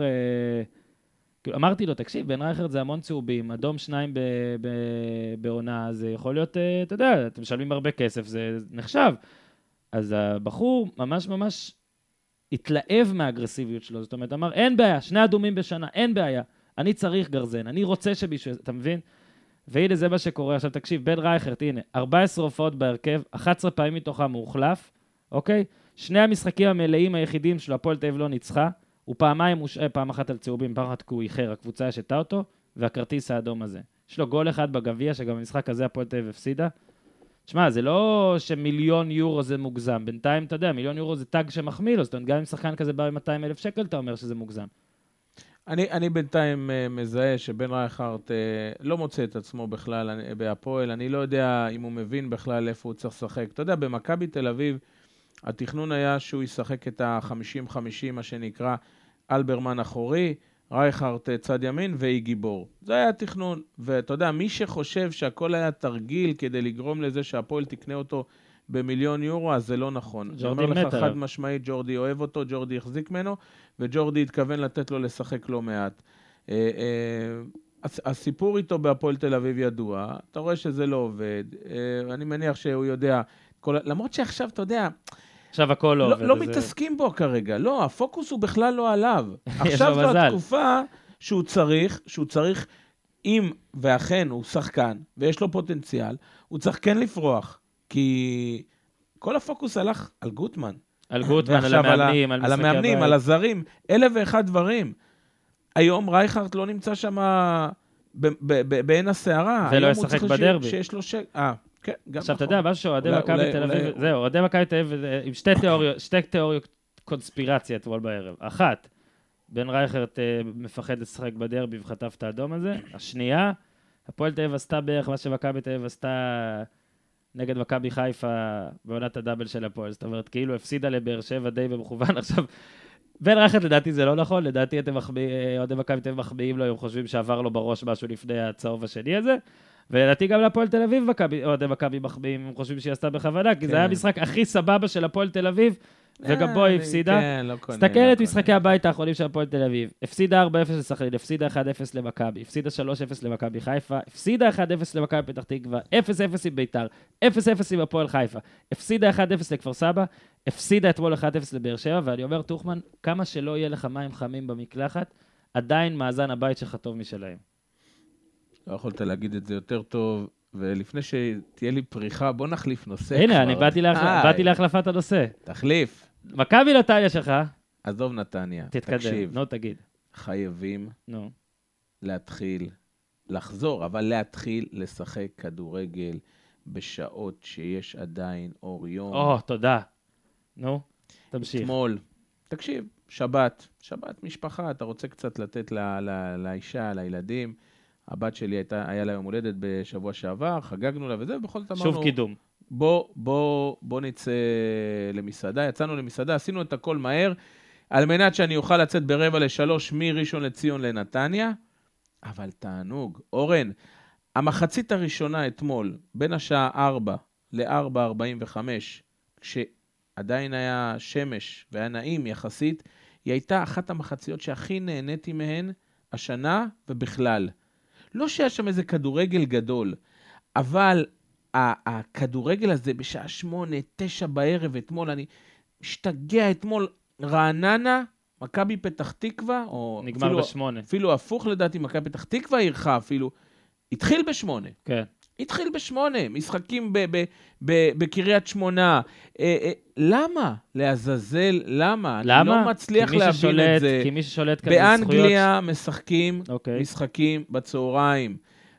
אה... אמרתי לו, תקשיב, בן רייכרט זה המון צהובים, אדום שניים ב... ב... בעונה, זה יכול להיות, אה, אתה יודע, אתם משלמים הרבה כסף, זה נחשב. אז הבחור ממש ממש התלהב מהאגרסיביות שלו, זאת אומרת, אמר, אין בעיה, שני אדומים בשנה, אין בעיה, אני צריך גרזן, אני רוצה שמישהו, אתה מבין? והנה זה מה שקורה. עכשיו תקשיב, בן רייכרט, הנה, ארבע עשרה הופעות בהרכב, אחת עשרה פעמים מתוכם מוחלף, אוקיי? שני המשחקים המלאים היחידים שלו, הפועל תל אביב לא ניצחה, הוא פעמיים מושעה, פעם אחת על צהובים, פעם אחת כי הוא איחר, הקבוצה השתה אותו, והכרטיס האדום הזה. יש לו גול אחד בגביע, שגם במשחק הזה הפועל תל אביב הפסידה. תשמע, זה לא שמיליון יורו זה מוגזם. בינתיים, אתה יודע, מיליון יורו זה טאג שמחמיא לו, זאת אומרת, גם אם שחקן כזה בא ב-מאתיים אלף שקל, אתה אומר שזה מוגזם. אני, אני בינתיים uh, מזהה שבן רייכרט uh, לא מוצא את עצמו בכלל אני, בהפועל, אני לא יודע אם הוא מבין בכלל איפה הוא צריך לשחק. אתה יודע, במכבי תל אביב, התכנון היה שהוא ישחק את ה-חמישים חמישים, מה שנקרא אלברמן אחורי, רייכרט צד ימין ואי גיבור. זה היה התכנון, ואתה יודע, מי שחושב שהכל היה תרגיל כדי לגרום לזה שהפועל תקנה אותו במיליון יורו, אז זה לא נכון. ג'ורדי מת מת עליו. חד עליו. משמעית, ג'ורדי אוהב אותו, ג'ורדי החזיק ממנו, וג'ורדי התכוון לתת לו לשחק לא מעט. אה, אה, הסיפור איתו בהפועל תל אביב ידוע, אתה רואה שזה לא עובד, אה, אני מניח שהוא יודע, כל... למרות שעכשיו, אתה יודע, עכשיו הכל לא לא, עובד. לא זה... מתעסקים בו כרגע, לא, הפוקוס הוא בכלל לא עליו. עכשיו זו התקופה שהוא צריך, שהוא צריך, אם ואכן הוא שחקן, ויש לו פוטנציאל, הוא צריך כן לפרוח, כי כל הפוקוס הלך על גוטמן. על גוטמן, על המאמנים, על, על המאמנים, על הזרים, אלף ואחד דברים. היום רייכרט לא נמצא שם בעין הסערה. ולא ישחק בדרבי. שיש לו ש... אה, כן, גם עכשיו, אתה יודע, מה שאוהדי מכבי תל אביב, זהו, אוהדי מכבי תל אביב, עם שתי תיאוריות, שתי תיאוריות קונספירציה אתמול בערב. אחת, בן רייכרט מפחד לשחק בדרבי וחטף את האדום הזה. השנייה, הפועל תל אביב עשתה בערך מה שמכבי תל אביב עשתה נגד מכבי חיפה בעונת הדאבל של הפועל. זאת אומרת, כאילו הפסידה לבאר שבע די במכוון. עכשיו, בן רייכרט לדעתי זה לא נכון, לדעתי אתם אוהדי מכבי תל אביב מחביאים לו, הם חושבים שעבר לו בראש משהו לפני הצהוב השני הזה. ולדעתי גם לפועל תל אביב, אוהדי מכבי מחביאים, הם חושבים שהיא עשתה בכוונה, כי זה היה המשחק הכי סבבה של הפועל תל אביב, וגם בו היא הפסידה. תסתכל את משחקי הבית האחרונים של הפועל תל אביב. הפסידה ארבע אפס לסכנין, הפסידה אחד אפס למכבי, הפסידה שלוש אפס למכבי חיפה, הפסידה אחד אפס למכבי פתח תקווה, אפס אפס עם ביתר, אפס אפס עם הפועל חיפה, הפסידה אחד אפס לכפר סבא, הפסידה אתמול אחד אפס לבאר שבע, ואני אומר, תוכמן, כמה שלא יהיה לך מים חמים במקלחת, עדיין מאזן הבית שלך טוב משלהם. לא יכולת להגיד את זה יותר טוב, ולפני שתהיה לי פריחה, בוא נחליף נושא. הנה, אני באתי להחלפת הנושא. תחליף. מכבי נתניה שלך. עזוב נתניה. תתקדם, נו תגיד. חייבים נו. להתחיל, לחזור, אבל להתחיל לשחק כדורגל בשעות שיש עדיין אור יום. או, תודה. נו, תמשיך. אתמול, תקשיב, שבת, שבת משפחה, אתה רוצה קצת לתת לא, לא, לאישה, לילדים. הבת שלי הייתה, היה לה יום הולדת בשבוע שעבר, חגגנו לה וזה, ובכל זאת אמרנו... שוב קידום. בוא, בוא, בוא נצא למסעדה, יצאנו למסעדה, עשינו את הכל מהר, על מנת שאני אוכל לצאת ברבע לשלוש מראשון לציון לנתניה, אבל תענוג. אורן, המחצית הראשונה אתמול, בין השעה ארבע ל-ארבע ארבעים וחמש, כשעדיין היה שמש והיה נעים יחסית, היא הייתה אחת המחציות שהכי נהניתי מהן השנה ובכלל. לא שהיה שם איזה כדורגל גדול, אבל הכדורגל הזה בשעה שמונה, תשע בערב אתמול, אני משתגע אתמול, רעננה, מכבי פתח תקווה, או נגמר אפילו, בשמונה. אפילו הפוך לדעתי, מכבי פתח תקווה עירך אפילו, התחיל בשמונה. כן. התחיל בשמונה, משחקים ב- ב- ב- בקריית שמונה. אה, אה, למה? לעזאזל, למה? למה? אני לא מצליח כי להבין ששולט, את זה. כי מי ששולט כאן זה זכויות... באנגליה משחקים אוקיי. משחקים בצהריים.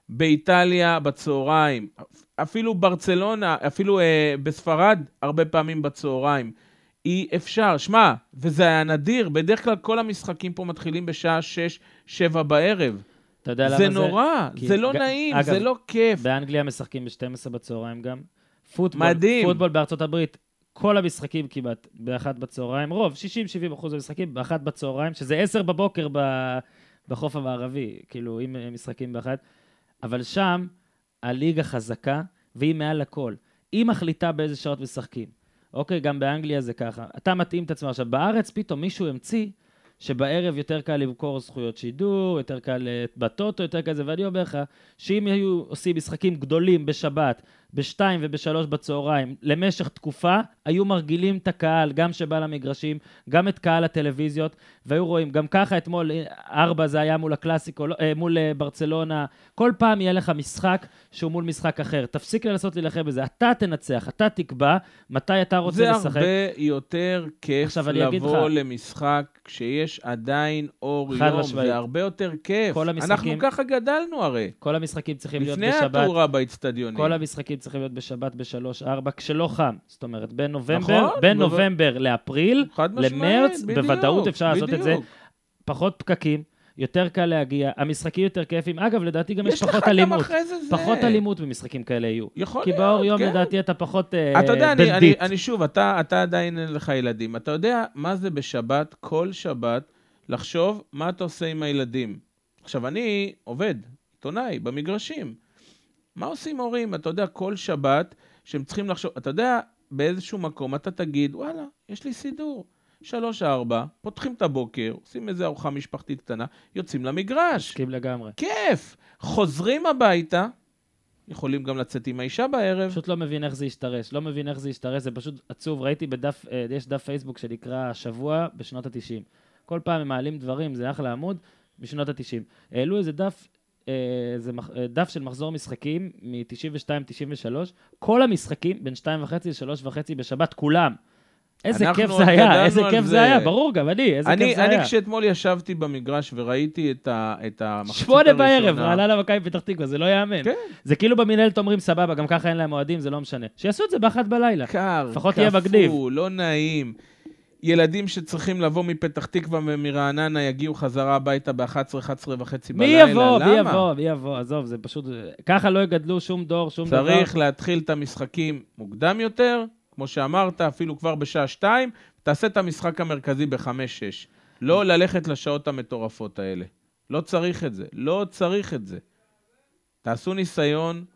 באיטליה בצהריים. אפילו ברצלונה, אפילו אה, בספרד, הרבה פעמים בצהריים. אי אפשר. שמע, וזה היה נדיר, בדרך כלל כל המשחקים פה מתחילים בשעה שש, שבע בערב. אתה יודע למה זה זה? נורא, כי זה לא ג- נעים, אגב, זה לא כיף. באנגליה משחקים ב-שתים עשרה בצהריים גם. פוטבול, מדהים. פוטבול בארצות הברית, כל המשחקים כמעט באחת בצהריים, רוב, שישים שבעים אחוז המשחקים באחת בצהריים, שזה עשר בבוקר ב- בחוף המערבי, כאילו, אם הם משחקים באחת. אבל שם, הליגה חזקה, והיא מעל הכל. היא מחליטה באיזה שעות משחקים. אוקיי, גם באנגליה זה ככה. אתה מתאים את עצמך. עכשיו, בארץ פתאום מישהו המציא, שבערב יותר קל למכור זכויות שידור, יותר קל בטוטו, יותר כזה, ואני אומר לך, שאם היו עושים משחקים גדולים בשבת, בשתיים ובשלוש בצהריים, למשך תקופה, היו מרגילים את הקהל, גם שבא למגרשים, גם את קהל הטלוויזיות, והיו רואים, גם ככה אתמול, ארבע זה היה מול הקלאסיקו, מול ברצלונה, כל פעם יהיה לך משחק שהוא מול משחק אחר. תפסיק לנסות להילחם בזה, אתה תנצח, אתה תקבע, מתי אתה רוצה לשחק. זה הרבה יותר כיף עכשיו, לבוא למשחק כשיש עדיין אור יום, משמעית. זה הרבה יותר כיף. כל המשחקים- אנחנו ככה גדלנו הרי. כל המשחקים צריכים להיות לפני בשבת. התאורה באצטדיונים. כל המשחקים צריכים להיות בשבת בשלוש ארבע, כשלא חם. זאת אומרת, בין נובמבר, נכון, בין וב- נובמבר לאפריל, חד משמעית, למרץ, בדיוק, בוודאות אפשר לעשות את זה. בדיוק. פחות פקקים, יותר קל להגיע, המשחקים יותר כיפים. אגב, לדעתי גם יש יש לך פחות גם אלימות. אחרי זה זה. פחות אלימות במשחקים כאלה יהיו. יכול כי להיות, באור יום כן. לדעתי אתה פחות אה, אתה יודע, אני, אני, דלדית. אני שוב, אתה, אתה עדיין אין לך ילדים. אתה יודע מה זה בשבת, כל שבת, לחשוב מה אתה עושה עם הילדים. עכשיו, אני עובד, עיתונאי, במגרשים. מה עושים הורים? אתה יודע, כל שבת שהם צריכים לחשוב, אתה יודע, באיזשהו מקום אתה תגיד, וואלה, יש לי סידור. שלוש, ארבע, פותחים את הבוקר, עושים איזו ארוחה משפחתית קטנה, יוצאים למגרש. מסכים לגמרי. כיף. חוזרים הביתה, יכולים גם לצאת עם האישה בערב. פשוט לא מבין איך זה ישתרש. לא מבין איך זה ישתרש, זה פשוט עצוב. ראיתי בדף, אה, יש דף פייסבוק שנקרא שבוע בשנות ה-תשעים. כל פעם הם מעלים דברים, זה אחלה עמוד, בשנות ה-תשעים. העלו איזה דף, אה, זה מח- אה, דף של מחזור משחקים מ-תשעים ושתיים תשעים ושלוש, כל המשחקים בין שתיים וחצי ל-שלוש וחצי בשבת, כולם. איזה אנחנו כיף עוד זה היה, גדלנו איזה על כיף זה. זה היה, ברור גם, אני, איזה אני, כיף זה אני היה. כשאתמול ישבתי במגרש וראיתי את, ה, את המחצית שמונה הראשונה. בערב, רעננה מכבי פתח תקווה, זה לא יאמן. כן. זה כאילו במנהלת אומרים, סבבה, גם ככה אין להם מועדים, זה לא משנה. שיעשו את זה באחת בלילה. קר, לפחות יהיה מגניב. קפוא, לא נעים. ילדים שצריכים לבוא מפתח תקווה ומרעננה יגיעו חזרה הביתה ב-אחת עשרה, אחת עשרה וחצי מי בלילה. יבוא, למה? מי יבוא, מי יבוא, עזוב, זה פשוט, ככה לא יגדלו שום דור, שום דבר. צריך להתחיל את המשחקים מוקדם יותר, כמו שאמרת, אפילו כבר בשעה שתיים, תעשה את המשחק המרכזי בחמש שש. לא ללכת לשעות המטורפות האלה. לא צריך את זה, לא צריך את זה. תעשו ניסיון,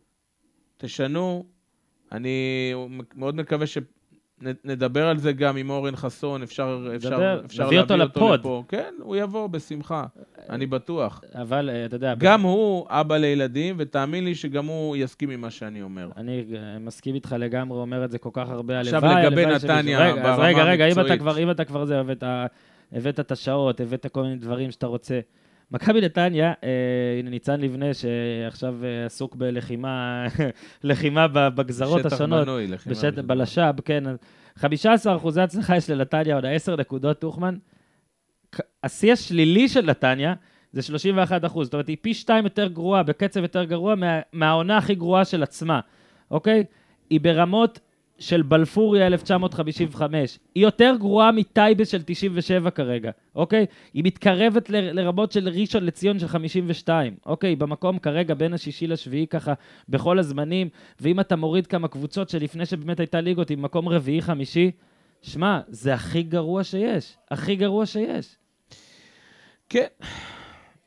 תשנו. אני מאוד מקווה שנדבר על זה גם עם אורן חסון, אפשר, אפשר, אפשר נביא אותו להביא אותו לפוד. לפה. כן, הוא יבוא בשמחה, אני בטוח. אבל, אה, אתה יודע... גם הוא אבא לילדים, ותאמין לי שגם הוא יסכים עם מה שאני אומר. אני אה, מסכים איתך לגמרי, אומר את זה כל כך הרבה. עכשיו הלוואי, לגבי הלוואי נתניה, שמישהו- רגע, אז ברמה רגע, רגע, אם אתה המקצועית. כבר, אם אתה כבר זה, הבאת, הבאת את השעות, הבאת כל מיני דברים שאתה רוצה. מכבי נתניה, אה, הנה ניצן לבנה, שעכשיו אה, עסוק בלחימה, לחימה בגזרות שטח השונות. בנוי, לחימה בשט... בשטח. בלשב, כן. חמישה עשר אחוזי הצלחה יש לנתניה, עוד עשר נקודות, תוכמן. השיא השלילי של נתניה זה שלושים ואחד אחוז. זאת אומרת, היא פי שתיים יותר גרועה, בקצב יותר גרוע, מה... מהעונה הכי גרועה של עצמה. אוקיי? היא ברמות של בלפוריה אלף תשע מאות חמישים וחמש. היא יותר גרועה מטייבה של תשעים ושבע כרגע. אוקיי? היא מתקרבת ל... לרמות של ראשון לציון של חמישים ושתיים. אוקיי? במקום כרגע בין השישי לשביעי ככה, בכל הזמנים. ואם אתה מוריד כמה קבוצות שלפני שבאמת הייתה ליגות עם מקום רביעי חמישי, שמע, זה הכי גרוע שיש. הכי גרוע שיש. כן.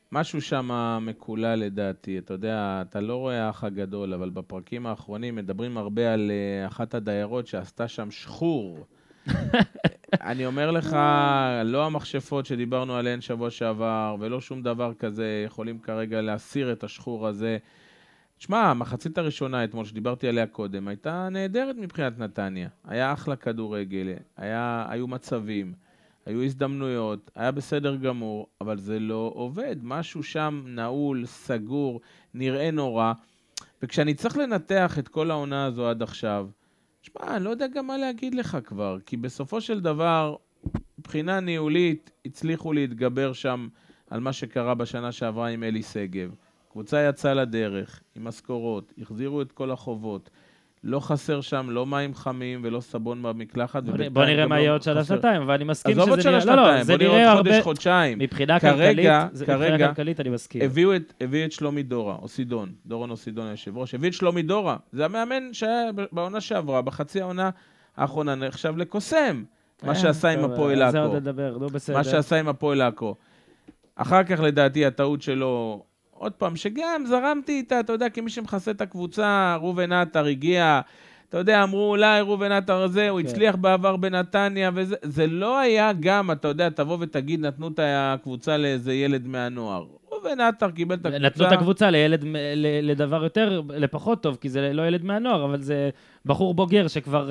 משהו שם מקולה לדעתי, אתה יודע, אתה לא רואה האח הגדול, אבל בפרקים האחרונים מדברים הרבה על uh, אחת הדיירות שעשתה שם שחור. אני אומר לך, לא המכשפות שדיברנו עליהן שבוע שעבר, ולא שום דבר כזה, יכולים כרגע להסיר את השחור הזה. תשמע, המחצית הראשונה אתמול שדיברתי עליה קודם, הייתה נהדרת מבחינת נתניה. היה אחלה כדורגל, היה, היו מצבים, היו הזדמנויות, היה בסדר גמור, אבל זה לא עובד. משהו שם נעול, סגור, נראה נורא. וכשאני צריך לנתח את כל העונה הזו עד עכשיו, תשמע, אני לא יודע גם מה להגיד לך כבר, כי בסופו של דבר, מבחינה ניהולית, הצליחו להתגבר שם על מה שקרה בשנה שעברה עם אלי סגב. קבוצה יצאה לדרך, עם משכורות, החזירו את כל החובות. לא חסר שם, לא מים חמים ולא סבון במקלחת. בוא נראה מה יהיה עוד שנה שנתיים, ואני מסכים שזה נראה... עזוב עוד שנה שנתיים, בוא נראה עוד חודש, חודשיים. מבחינה כלכלית אני מסכים. הביאו את שלומי דורה, או סידון, דורון או סידון היושב ראש, הביא את שלומי דורה. זה המאמן שהיה בעונה שעברה, בחצי העונה האחרונה, נחשב לקוסם. מה שעשה עם הפועל עכו. זה עוד לדבר, לא בסדר. מה שעשה עם הפועל עכו. אחר כך לדעתי הטעות שלו... עוד פעם, שגם זרמתי איתה, אתה יודע, כמי שמחסה את הקבוצה, רובן עטר הגיע, אתה יודע, אמרו אולי רובן עטר הזה, הוא הצליח בעבר בנתניה, וזה זה לא היה גם, אתה יודע, תבוא ותגיד, נתנו את הקבוצה לאיזה ילד מהנוער. רובן עטר קיבל את הקבוצה. נתנו את הקבוצה לילד, לדבר יותר, לפחות טוב, כי זה לא ילד מהנוער, אבל זה בחור בוגר שכבר...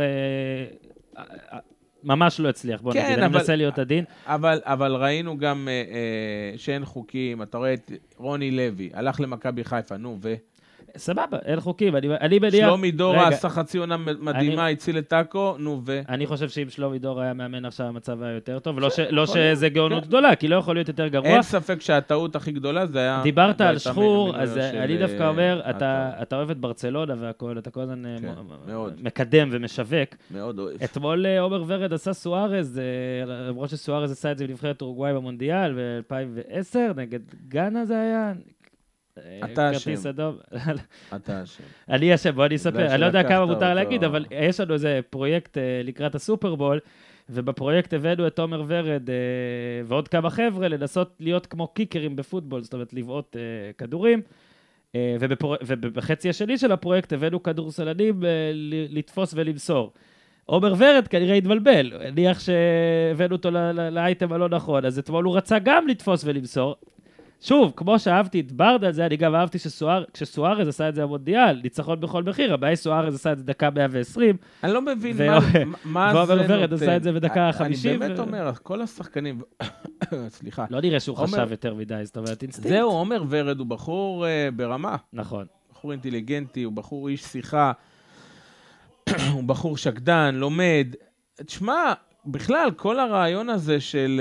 ממש לא הצליח, בוא כן, נגיד, אבל, אני מנסה להיות עדין. אבל, אבל ראינו גם אה, אה, שאין חוקים, אתה רואה את רוני לוי, הלך למכבי חיפה, נו, ו... סבבה, אין חוקים, אני, אני בדיוק... שלומי דורה עשה חצי עונה מדהימה, אני, הציל את טאקו, נו, ו... אני חושב שאם שלומי דורה היה מאמן עכשיו, המצב היה יותר טוב, ולא ש, לא שזה גאונות כן. גדולה, כי לא יכול להיות יותר גרוע. אין ספק שהטעות הכי גדולה זה היה... דיברת על שחור, אז אני דווקא אומר, אתה, אתה אוהב את ברצלונה והכל, אתה כל הזמן כן, מקדם ומשווק. מאוד אוהב. אתמול עומר ורד עשה סוארז, למרות שסוארז עשה את זה בנבחרת אורוגוואי במונדיאל, ב-אלפיים ועשר, נגד גאנה זה היה... אתה אשם. אתה אשם. אני אשם, בוא אני אספר. אני לא יודע כמה מותר להגיד, אבל יש לנו איזה פרויקט לקראת הסופרבול, ובפרויקט הבאנו את עומר ורד ועוד כמה חבר'ה לנסות להיות כמו קיקרים בפוטבול, זאת אומרת לבעוט כדורים, ובחצי השני של הפרויקט הבאנו כדורסלנים לתפוס ולמסור. עומר ורד כנראה התבלבל, נניח שהבאנו אותו לאייטם הלא נכון, אז אתמול הוא רצה גם לתפוס ולמסור, שוב, כמו שאהבתי את ברדה על זה, אני גם אהבתי שסוארז עשה את זה במונדיאל, ניצחון בכל מחיר, הבעיה סוארז עשה את זה דקה מאה ועשרים. אני לא מבין מה זה נותן. ועומר ורד עשה את זה בדקה חמישים. אני באמת אומר, כל השחקנים, סליחה. לא נראה שהוא חשב יותר מדי, זאת אומרת, אינסטינקט. זהו, עומר ורד הוא בחור ברמה. נכון. בחור אינטליגנטי, הוא בחור איש שיחה, הוא בחור שקדן, לומד. תשמע, בכלל, כל הרעיון הזה של...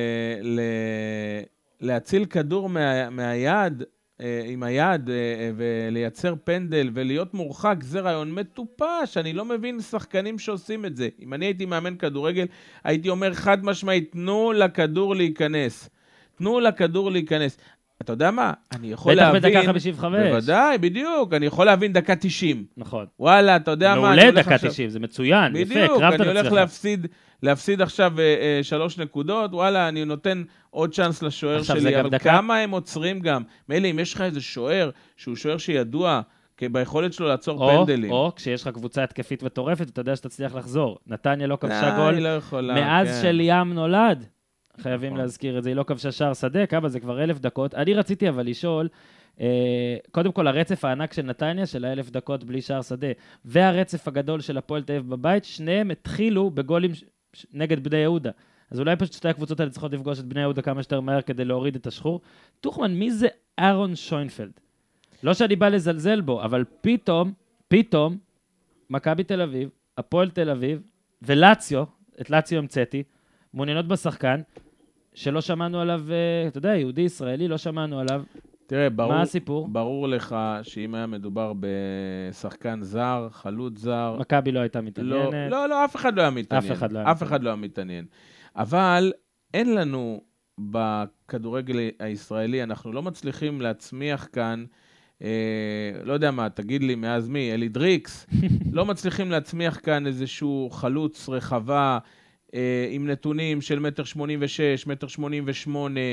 להציל כדור מה, מהיד, עם היד, ולייצר פנדל, ולהיות מורחק, זה רעיון מטופש, אני לא מבין שחקנים שעושים את זה. אם אני הייתי מאמן כדורגל, הייתי אומר חד משמעית, תנו לכדור להיכנס. תנו לכדור להיכנס. אתה יודע מה? אני יכול בטח להבין... בטח בדקה חמישים וחמש. בוודאי, בדיוק. אני יכול להבין דקה תשעים. נכון. וואלה, אתה יודע מה? מעולה דקה תשעים, זה מצוין. בדיוק, יפה, אני הולך להפסיד, להפסיד עכשיו אה, שלוש נקודות, וואלה, אני נותן עוד צ'אנס לשוער שלי, אבל דקה... כמה הם עוצרים גם? מילא, אם יש לך איזה שוער, שהוא שוער שידוע, ביכולת שלו לעצור או, פנדלים. או כשיש לך קבוצה התקפית וטורפת, אתה יודע שתצליח לחזור. נתניה לא כבשה גול. לא יכולה, מאז כן. של ים נולד. חייבים להזכיר את זה, היא לא כבשה שער שדה, כמה זה כבר אלף דקות. אני רציתי אבל לשאול, אה, קודם כל הרצף הענק של נתניה, של האלף דקות בלי שער שדה, והרצף הגדול של הפועל תל אביב בבית, שניהם התחילו בגולים ש... נגד בני יהודה. אז אולי פשוט שתי הקבוצות האלה צריכות לפגוש את בני יהודה כמה שיותר מהר כדי להוריד את השחור. תוכמן, מי זה אהרון שוינפלד? לא שאני בא לזלזל בו, אבל פתאום, פתאום, מכבי תל אביב, הפועל תל אביב, ולציו, את לציו המצאתי, מעוניינות בשחקן, שלא שמענו עליו, אתה יודע, יהודי ישראלי, לא שמענו עליו. תראה, ברור, מה הסיפור? ברור לך שאם היה מדובר בשחקן זר, חלוץ זר... מכבי לא הייתה מתעניינת. לא, לא, לא, אף אחד לא היה מתעניין. אף אחד לא היה אף אחד לא היה מתעניין. אבל אין לנו בכדורגל הישראלי, אנחנו לא מצליחים להצמיח כאן, אה, לא יודע מה, תגיד לי, מאז מי? אלי דריקס? לא מצליחים להצמיח כאן איזשהו חלוץ רחבה, עם נתונים של מטר שמונים ושש, מטר שמונים ושמונה,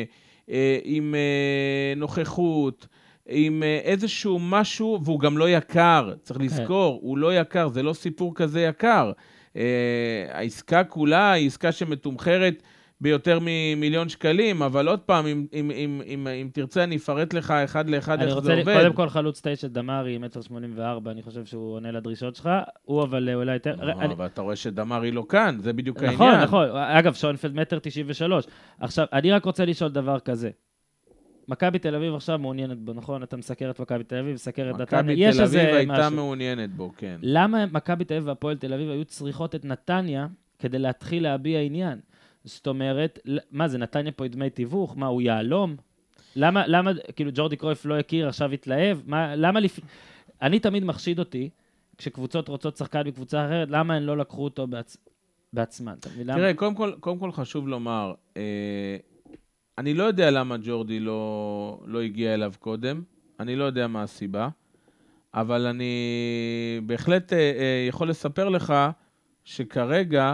עם נוכחות, עם איזשהו משהו, והוא גם לא יקר, צריך לזכור, הוא לא יקר, זה לא סיפור כזה יקר. העסקה כולה היא עסקה שמתומחרת ביותר ממיליון שקלים, אבל עוד פעם, אם, אם, אם, אם, אם תרצה, אני אפרט לך אחד לאחד איך זה עובד. אני רוצה קודם כל חלוץ תשע דמרי, מטר שמונים וארבע, אני חושב שהוא עונה לדרישות שלך, הוא אבל אולי יותר... לא, אני... אבל אתה רואה שדמרי לא כאן, זה בדיוק נכון, העניין. נכון, נכון. אגב, שוינפלד מטר תשעים ושלוש. עכשיו, אני רק רוצה לשאול דבר כזה. מכבי תל אביב עכשיו מעוניינת בו, נכון? אתה מסקר את מכבי תל אביב, מסקר את נתניה. מכבי תל אביב הייתה מעוניינת בו, כן. למה מכבי תל אביב והפועל תל אביב היו צריכות את נתניה כדי להתחיל להביע עניין? זאת אומרת, מה זה, נתניה פה דמי תיווך? מה, הוא יעלום? למה, למה, כאילו, ג'ורדי קרויף לא הכיר, עכשיו התלהב? מה, למה לפ... אני תמיד מחשיד אותי, כשקבוצות רוצות שחקן בקבוצה אחרת, למה הן לא לקחו אותו בעצ... בעצמן? תראה, קודם כל, קודם כל חשוב לומר, אה, אני לא יודע למה ג'ורדי לא, לא הגיע אליו קודם, אני לא יודע מה הסיבה, אבל אני בהחלט אה, אה, יכול לספר לך שכרגע,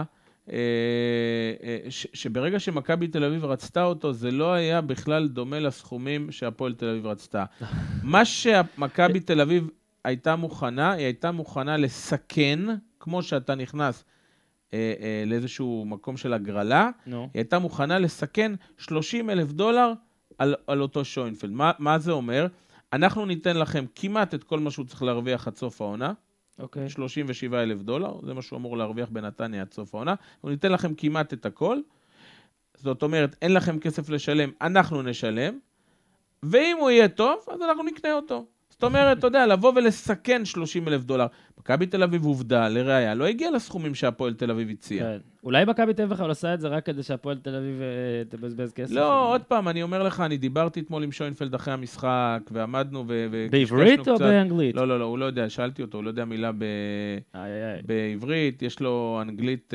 ש, שברגע שמכבי תל אביב רצתה אותו, זה לא היה בכלל דומה לסכומים שהפועל תל אביב רצתה. מה שמכבי תל אביב הייתה מוכנה, היא הייתה מוכנה לסכן, כמו שאתה נכנס אה, אה, לאיזשהו מקום של הגרלה, no. היא הייתה מוכנה לסכן שלושים אלף דולר על, על אותו שוינפלד. מה, מה זה אומר? אנחנו ניתן לכם כמעט את כל מה שהוא צריך להרוויח עד סוף העונה, Okay. שלושים ושבעה אלף דולר, זה מה שהוא אמור להרוויח בנתניה עד סוף העונה, הוא ניתן לכם כמעט את הכל, זאת אומרת, אין לכם כסף לשלם, אנחנו נשלם, ואם הוא יהיה טוב, אז אנחנו נקנה אותו. זאת אומרת, אתה יודע, לבוא ולסכן שלושים אלף דולר. מכבי תל אביב עובדה, לראיה, לא הגיע לסכומים שהפועל תל אביב הציע. כן. אולי מכבי תל אביב עושה את זה רק כדי שהפועל תל אביב תבזבז כסף? לא, עוד פעם, אני אומר לך, אני דיברתי אתמול עם שוינפלד אחרי המשחק, ועמדנו ו... בעברית או באנגלית? לא, לא, לא, הוא לא יודע, שאלתי אותו, הוא לא יודע מילה בעברית, יש לו אנגלית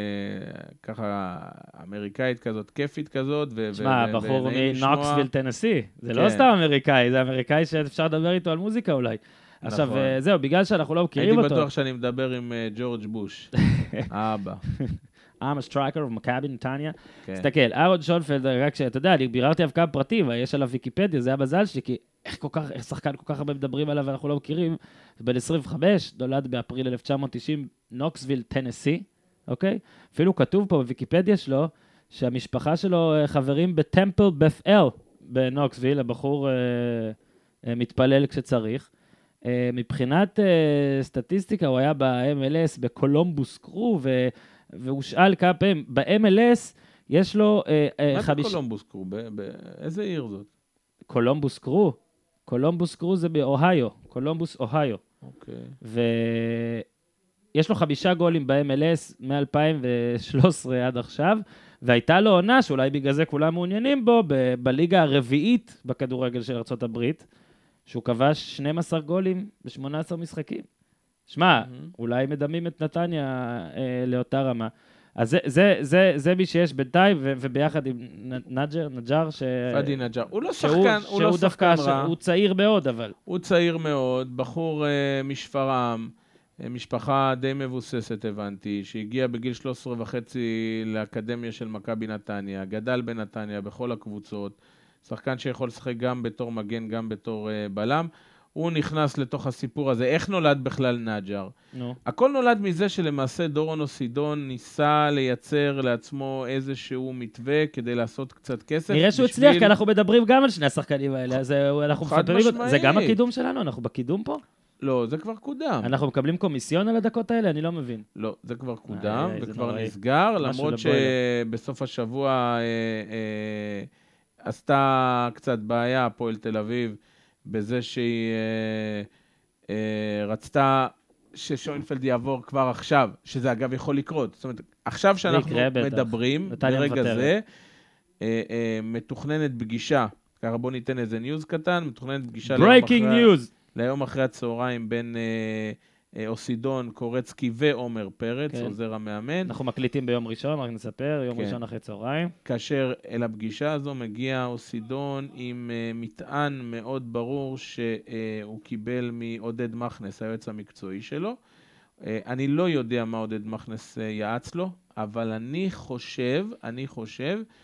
ככה אמריקאית כזאת, כיפית כזאת. תשמע, בחור מנוקסוויל, טנסי, זה לא סתם אמריקאי, זה אמריקאי שאפשר לדבר איתו על מוזיקה אולי. עכשיו, זהו, בגלל שאנחנו לא מכירים אותו... הייתי בטוח שאני מדבר עם ג'ורג' בוש, האבא. I'm a striker of מכבי נתניה. תסתכל, אהרון שוינפלד, רק שאתה יודע, אני ביררתי עליו כמה פרטים, יש עליו ויקיפדיה, זה היה מזל שלי, כי איך כל כך, איך שחקן כל כך הרבה מדברים עליו ואנחנו לא מכירים, בן עשרים וחמש, נולד באפריל אלף תשע מאות תשעים, נוקסוויל, טנסי, אוקיי? אפילו כתוב פה בוויקיפדיה שלו, שהמשפחה שלו חברים בטמפל בת אל, בנוקסוויל, הבחור מתפלל כשצריך. מבחינת סטטיסטיקה, הוא היה ב-אם אל אס, בקולומבוס קרו, והוא שאל כמה פעמים, ב-אם אל אס יש לו... מה זה קולומבוס קרו? באיזה עיר זאת? קולומבוס קרו? קולומבוס קרו זה באוהיו, קולומבוס אוהיו. אוקיי. ויש לו חמישה גולים ב-אם אל אס מ-אלפיים ושלוש עשרה עד עכשיו, והייתה לו עונה שאולי בגלל זה כולם מעוניינים בו, בליגה הרביעית בכדורגל של ארצות הברית, שהוא כבש שנים עשר גולים ב-שמונה עשרה משחקים. שמע, mm-hmm. אולי מדמים את נתניה אה, לאותה רמה. אז זה, זה, זה, זה מי שיש בינתיים, ו- וביחד עם נג'ר, נג'ר, ש... פאדי נג'ר. הוא לא שחקן, הוא לא שחקן רע. הוא צעיר מאוד, אבל... הוא צעיר מאוד, בחור אה, משפרעם, אה, משפחה די מבוססת, הבנתי, שהגיע בגיל שלוש עשרה וחצי לאקדמיה של מכבי נתניה, גדל בנתניה בכל הקבוצות, שחקן שיכול לשחק גם בתור מגן, גם בתור uh, בלם, הוא נכנס לתוך הסיפור הזה. איך נולד בכלל נג'ר? No. הכל נולד מזה שלמעשה דורון אוסידון ניסה לייצר לעצמו איזשהו מתווה כדי לעשות קצת כסף. נראה שהוא הצליח, כי אנחנו מדברים גם על שני השחקנים האלה, אז אנחנו מפתרים... זה גם הקידום שלנו? אנחנו בקידום פה? לא, זה כבר קודם. אנחנו מקבלים קומיסיון על הדקות האלה? אני לא מבין. לא, זה כבר קודם, וכבר נסגר, למרות שבסוף השבוע... אה, אה, עשתה קצת בעיה, הפועל תל אביב, בזה שהיא אה, אה, רצתה ששוינפלד יעבור כבר עכשיו, שזה אגב יכול לקרות. זאת אומרת, עכשיו שאנחנו מדברים, ברגע זה, אה, אה, מתוכננת פגישה, ככה בוא ניתן איזה ניוז קטן, מתוכננת פגישה ליום אחרי, ליום אחרי הצהריים בין... אה, אוסידון, קורצקי ועומר פרץ, כן. עוזר המאמן. אנחנו מקליטים ביום ראשון, רק נספר, יום כן. ראשון אחרי צהריים. כאשר אל הפגישה הזו מגיע אוסידון עם uh, מטען מאוד ברור שהוא uh, קיבל מעודד מכנס, היועץ המקצועי שלו. Uh, אני לא יודע מה עודד מכנס uh, יעץ לו, אבל אני חושב, אני חושב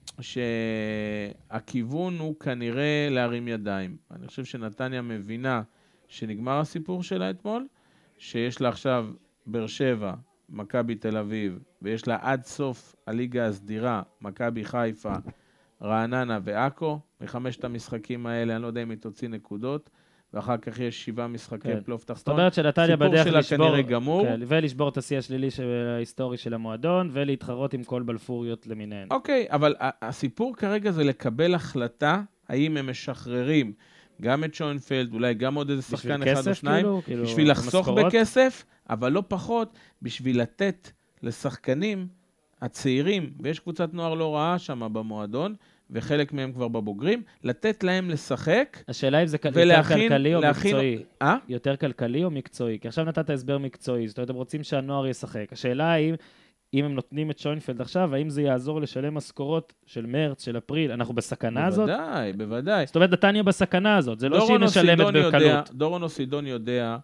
שהכיוון הוא כנראה להרים ידיים. אני חושב שנתניה מבינה שנגמר הסיפור שלה אתמול, שיש לה עכשיו באר שבע, מכבי תל אביב, ויש לה עד סוף הליגה הסדירה, מכבי חיפה, רעננה ועכו. מחמשת המשחקים האלה, אני לא יודע אם היא תוציא נקודות, ואחר כך יש שבעה משחקי כן. פלייאוף תחתון. זאת אומרת שנתניה בדרך סיפור שלה לשבור, כנראה גמור. כן, ולשבור את השיא השלילי של ההיסטורי של המועדון, ולהתחרות עם כל בלפוריות למיניהן. אוקיי, אבל הסיפור כרגע זה לקבל החלטה, האם הם משחררים גם את שוינפלד, אולי גם עוד איזה שחקן אחד או שניים, כאילו, כאילו, בשביל לחסוך המשכורות. בכסף, אבל לא פחות, בשביל לתת לשחקנים הצעירים, ויש קבוצת נוער לא רעה שם במועדון, וחלק מהם כבר בבוגרים, לתת להם לשחק. השאלה אם זה ולהכין, יותר כלכלי או להכין, מקצועי. אה? יותר כלכלי או מקצועי? כי עכשיו נתת הסבר מקצועי, זאת אומרת, הם רוצים שהנוער ישחק. השאלה היא, אם הם נותנים את שוינפלד עכשיו, האם זה יעזור לשלם משכורות של מרץ, של אפריל? אנחנו בסכנה הזאת? בוודאי, בוודאי. זאת אומרת, נתניה בסכנה הזאת, זה לא שהיא משלמת בקלות. דורון אוסידון יודע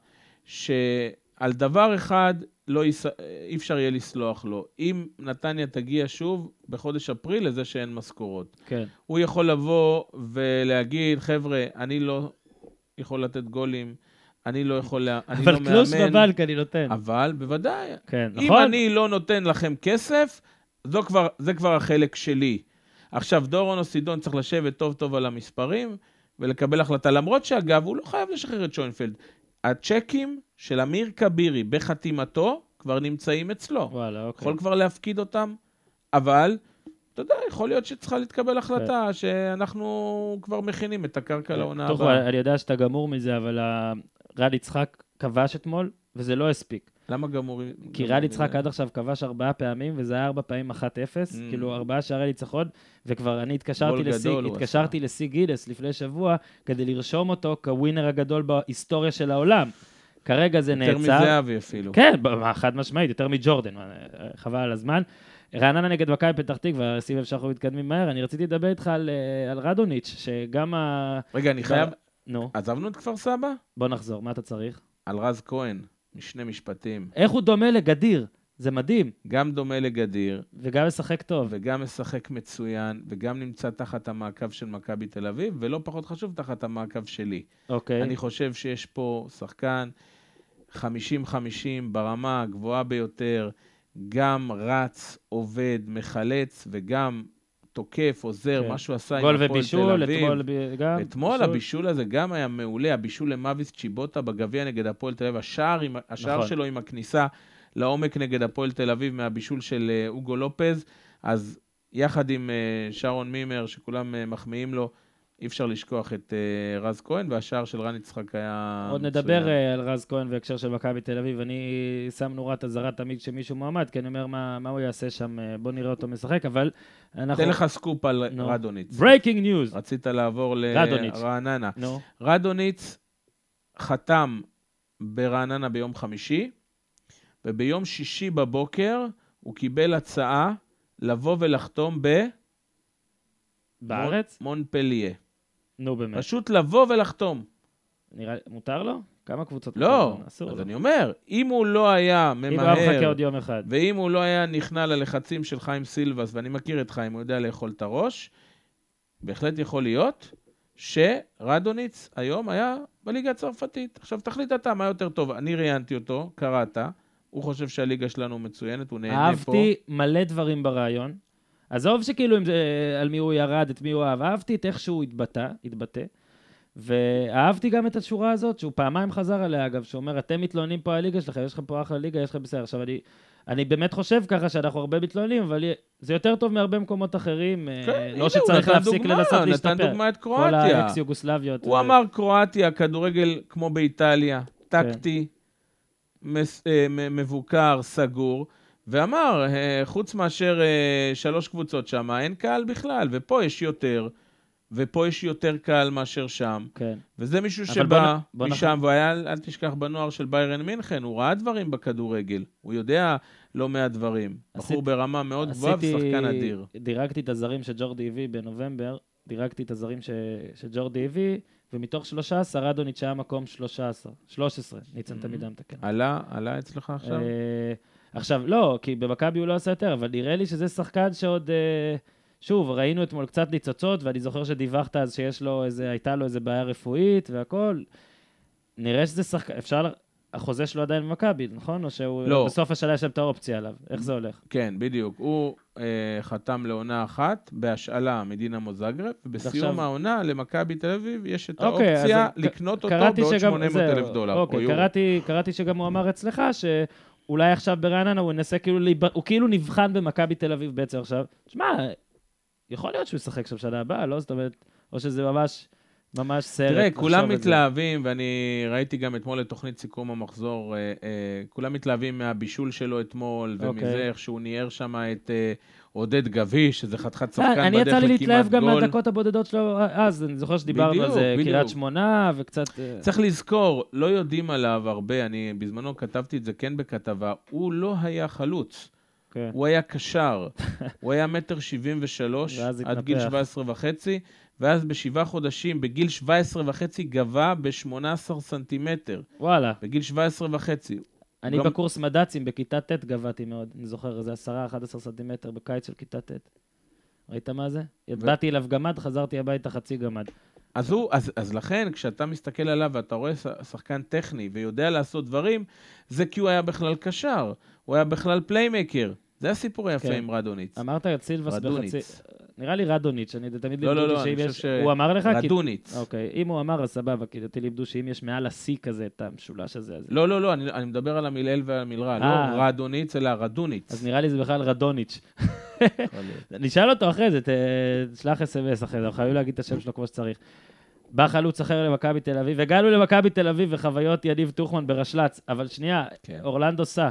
שעל דבר אחד לא יש... אי אפשר יהיה לסלוח לו. אם נתניה תגיע שוב בחודש אפריל לזה שאין משכורות. כן. הוא יכול לבוא ולהגיד, חבר'ה, אני לא יכול לתת גולים, אני לא יכול, אני לא מאמן. אבל קלוס בבנק אני נותן. אבל בוודאי. כן, אם נכון? אני לא נותן לכם כסף, זו כבר, זה כבר החלק שלי. עכשיו, דורון אוסידון צריך לשבת טוב טוב על המספרים, ולקבל החלטה. למרות שאגב, הוא לא חייב לשחרר את שוינפלד. הצ'קים של אמיר כבירי בחתימתו כבר נמצאים אצלו. וואלה, אוקיי. יכול כבר להפקיד אותם, אבל, אתה יודע, יכול להיות שצריכה להתקבל החלטה שאנחנו כבר מכינים את הקרקע לעונה הבאה. טוב, אני יודע שאתה גמור מזה, אבל רן יצחק כבש אתמול, וזה לא הספיק. למה גמור? כי רן יצחק עד עכשיו כבש ארבעה פעמים, וזה היה ארבע פעמים אחת אפס, כאילו ארבעה שערי ניצחון, וכבר אני התקשרתי לסי גינס לפני שבוע, כדי לרשום אותו כווינר הגדול בהיסטוריה של העולם. כרגע זה נעצר. יותר מזהבי אפילו. כן, חד משמעית, יותר מג'ורדן, חבל על הזמן. רעננה נגד מכבי פתח תקווה, שים לב שאנחנו מתקדמים מהר, אני רציתי לדבר איתך על, על רדוניץ', שגם ה... רגע, אני חייב... נו. עזבנו את כפר סבא? בוא נחזור, מה אתה צריך? על רז כהן, משני משפטים. איך הוא דומה לגדיר? זה מדהים. גם דומה לגדיר. וגם משחק טוב. וגם משחק מצוין, וגם נמצא תחת המעקב של מכבי תל אביב, ולא פחות חשוב תחת המעקב שלי. אוקיי. אני חושב שיש פה שחקן חמישים חמישים ברמה הגבוהה ביותר, גם רץ, עובד, מחלץ, וגם תוקף, עוזר, כן. מה שהוא עשה עם הפועל תל אביב. גול ובישול, אתמול גם. אתמול בישול. הבישול הזה גם היה מעולה, הבישול למאביס צ'יבוטה בגביע נגד הפועל תל אביב, השער, עם, השער נכון. שלו עם הכניסה לעומק נגד הפועל תל אביב מהבישול של אוגו לופז, אז יחד עם שרון מימר, שכולם מחמיאים לו, אי אפשר לשכוח את uh, רז כהן, והשער של רן יצחק היה עוד מצוין. נדבר uh, על רז כהן והקשר של מכבי תל אביב, אני שם נורת הזרה תמיד שמישהו מועמד, כי אני אומר מה, מה הוא יעשה שם, בוא נראה אותו משחק, אבל אנחנו... תן לך סקופ על no. רדוניץ. Breaking news. רצית לעבור לרעננה. No. רדוניץ חתם ברעננה ביום חמישי, וביום שישי בבוקר הוא קיבל הצעה לבוא ולחתום ב... בארץ? מונפליה. נו באמת. פשוט לבוא ולחתום. נראה, מותר לו? כמה קבוצות? לא, אז לו. אני אומר, אם הוא לא היה ממהר, אם הוא היה מחכה עוד יום אחד. ואם הוא לא היה נכנע ללחצים של חיים סילבס, ואני מכיר את חיים, הוא יודע לאכול את הראש, בהחלט יכול להיות שרדוניץ היום היה בליגה הצרפתית. עכשיו תחליט אתה מה יותר טוב. אני ראיינתי אותו, קראת, הוא חושב שהליגה שלנו מצוינת, הוא נהנה אהבתי פה. אהבתי מלא דברים ברעיון. עזוב שכאילו אם זה, על מי הוא ירד, את מי הוא אהב, אהבתי את איך שהוא התבטא, התבטא, ואהבתי גם את השורה הזאת, שהוא פעמיים חזר עליה, אגב, שאומר, אתם מתלוננים פה על הליגה שלכם, יש לכם פה אחלה ליגה, יש לכם בסדר. עכשיו, אני, אני באמת חושב ככה שאנחנו הרבה מתלוננים, אבל זה יותר טוב מהרבה מקומות אחרים, כן, לא שצריך להפסיק לנסות להשתפר. נתן דוגמה את קרואטיה. כל האקס יוגוסלביות. הוא ו... אמר קרואטיה, כדורגל כמו באיטליה, טקטי, כן. מס, מבוקר, סגור, ואמר, חוץ מאשר שלוש קבוצות שם, אין קהל בכלל, ופה יש יותר, ופה יש יותר קהל מאשר שם. כן. וזה מישהו שבא בוא, בוא משם, והוא היה, אל תשכח, בנוער של ביירן מינכן, הוא ראה דברים בכדורגל, הוא יודע לא מעט דברים. בחור ברמה מאוד גבוהה ושחקן אדיר. דירקתי את הזרים שג'ורדי הביא בנובמבר, דירקתי את הזרים ש, שג'ורדי הביא, ומתוך שלושה עשר, רדוניץ' היה מקום שלושה עשר, שלוש עשרה, ניצן תמיד המתקן. עלה, עלה אצלך עכשיו? עכשיו, לא, כי במכבי הוא לא עושה יותר, אבל נראה לי שזה שחקן שעוד, שוב, ראינו אתמול קצת ניצוצות, ואני זוכר שדיווחת אז שיש לו איזה, הייתה לו איזה בעיה רפואית והכל. נראה שזה שחקן, אפשר, החוזה שלו עדיין במכבי, נכון? או שהוא לא. בסוף השאלה יש להם את האופציה עליו. איך זה הולך? כן, בדיוק. הוא אה, חתם לעונה אחת, בהשאלה מדינמו זאגרב, ובסיום עכשיו... העונה למכבי תל אביב יש את אוקיי, האופציה אז... לקנות אותו קראתי בעוד שגם... שמונה מאות אלף דולר. אוקיי, קראתי, קראתי שגם הוא אמר אצלך שאולי עכשיו ברעננה הוא ינסה כאילו, ליב... הוא כאילו נבחן במכבי תל אביב בעצם עכשיו. שמע, יכול להיות שהוא ישחק שם שנה הבאה, לא? זאת אומרת, או שזה ממש... ממש סרט. תראה, כולם מתלהבים, ואני ראיתי גם אתמול את תוכנית סיכום המחזור, אה, אה, כולם מתלהבים מהבישול שלו אתמול, okay. ומזה איך שהוא ניער שם את אה, עודד גביש, שזה חתיכת שחקן בדרך לכמעט גול. אני יצא לי להתלהב גם מהדקות הבודדות שלו, אז אני זוכר שדיברנו על זה, קריית שמונה וקצת... צריך לזכור, לא יודעים עליו הרבה, אני בזמנו כתבתי את זה כן בכתבה, הוא לא היה חלוץ. Okay. הוא היה קשר, הוא היה מטר שבעים ושלוש עד גיל שבע עשרה וחצי, ואז בשבעה חודשים, בגיל שבע עשרה וחצי, גבה ב-שמונה עשרה סנטימטר. וואלה. בגיל שבע עשרה וחצי. אני גם... בקורס מדצים, בכיתה ט' גבתי מאוד. אני זוכר, זה עשרה עד אחד עשר סנטימטר בקיץ של כיתה ט'. ראית מה זה? ו... באתי אליו גמד, חזרתי הביתה חצי גמד. אז, הוא, אז, אז לכן, כשאתה מסתכל עליו ואתה רואה שחקן טכני ויודע לעשות דברים, זה כי הוא היה בכלל קשר. הוא היה בכלל פליימקר. זה הסיפור היפה כן. עם רדוניץ. אמרת את סילבס בחצי... נראה לי רדוניץ, אני תמיד לא, לימדו לא, שאם לא, יש... הוא אמר לך? רדוניץ. כי... אוקיי, אם הוא אמר, אז סבבה, כי אותי לימדו שאם יש מעל השיא כזה, את המשולש הזה. אז... לא, לא, לא, אני, אני מדבר על המילאל והמילרע, לא רדוניץ, אלא רדוניץ. אז נראה לי זה בכלל רדוניץ. נשאל אותו אחרי זה, תשלח אס אם אס אחרי זה, חייבים להגיד את השם שלו כמו שצריך. בא חלוץ אחר למכבי תל אביב, הגענו למכבי תל אביב וחוויות יניב טוחמן ברשל"צ, אבל שנייה, כן. אורלנדו סא,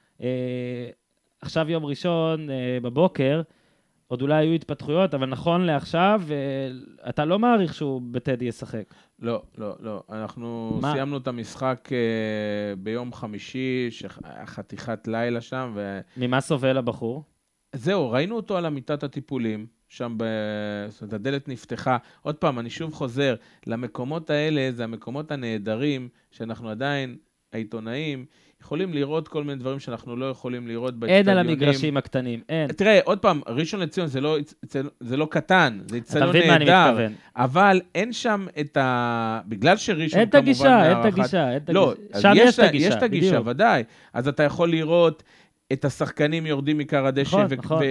אה, עכשיו יום ראשון אה, בבוקר, עוד אולי היו התפתחויות, אבל נכון לעכשיו, אה, אתה לא מעריך שהוא בטדי ישחק. לא, לא, לא. אנחנו מה? סיימנו את המשחק אה, ביום חמישי, חתיכת לילה שם. ו... ממה סובל הבחור? זהו, ראינו אותו על המיטת הטיפולים. שם, ב... זאת אומרת, הדלת נפתחה. עוד פעם, אני שוב חוזר, למקומות האלה, זה המקומות הנהדרים, שאנחנו עדיין, העיתונאים, יכולים לראות כל מיני דברים שאנחנו לא יכולים לראות באצטדיונים. אין על המגרשים הקטנים, אין. תראה, עוד פעם, ראשון לציון זה לא, זה לא קטן, זה אצטדיון נהדר, אבל אין שם את ה... בגלל שראשון אין כמובן... הגישה, אין את הגישה, אין את הגישה. לא, שם יש את הגישה, יש את הגישה, ודאי. אז אתה יכול לראות את השחקנים יורדים מכר הדשא, נכון, נכון.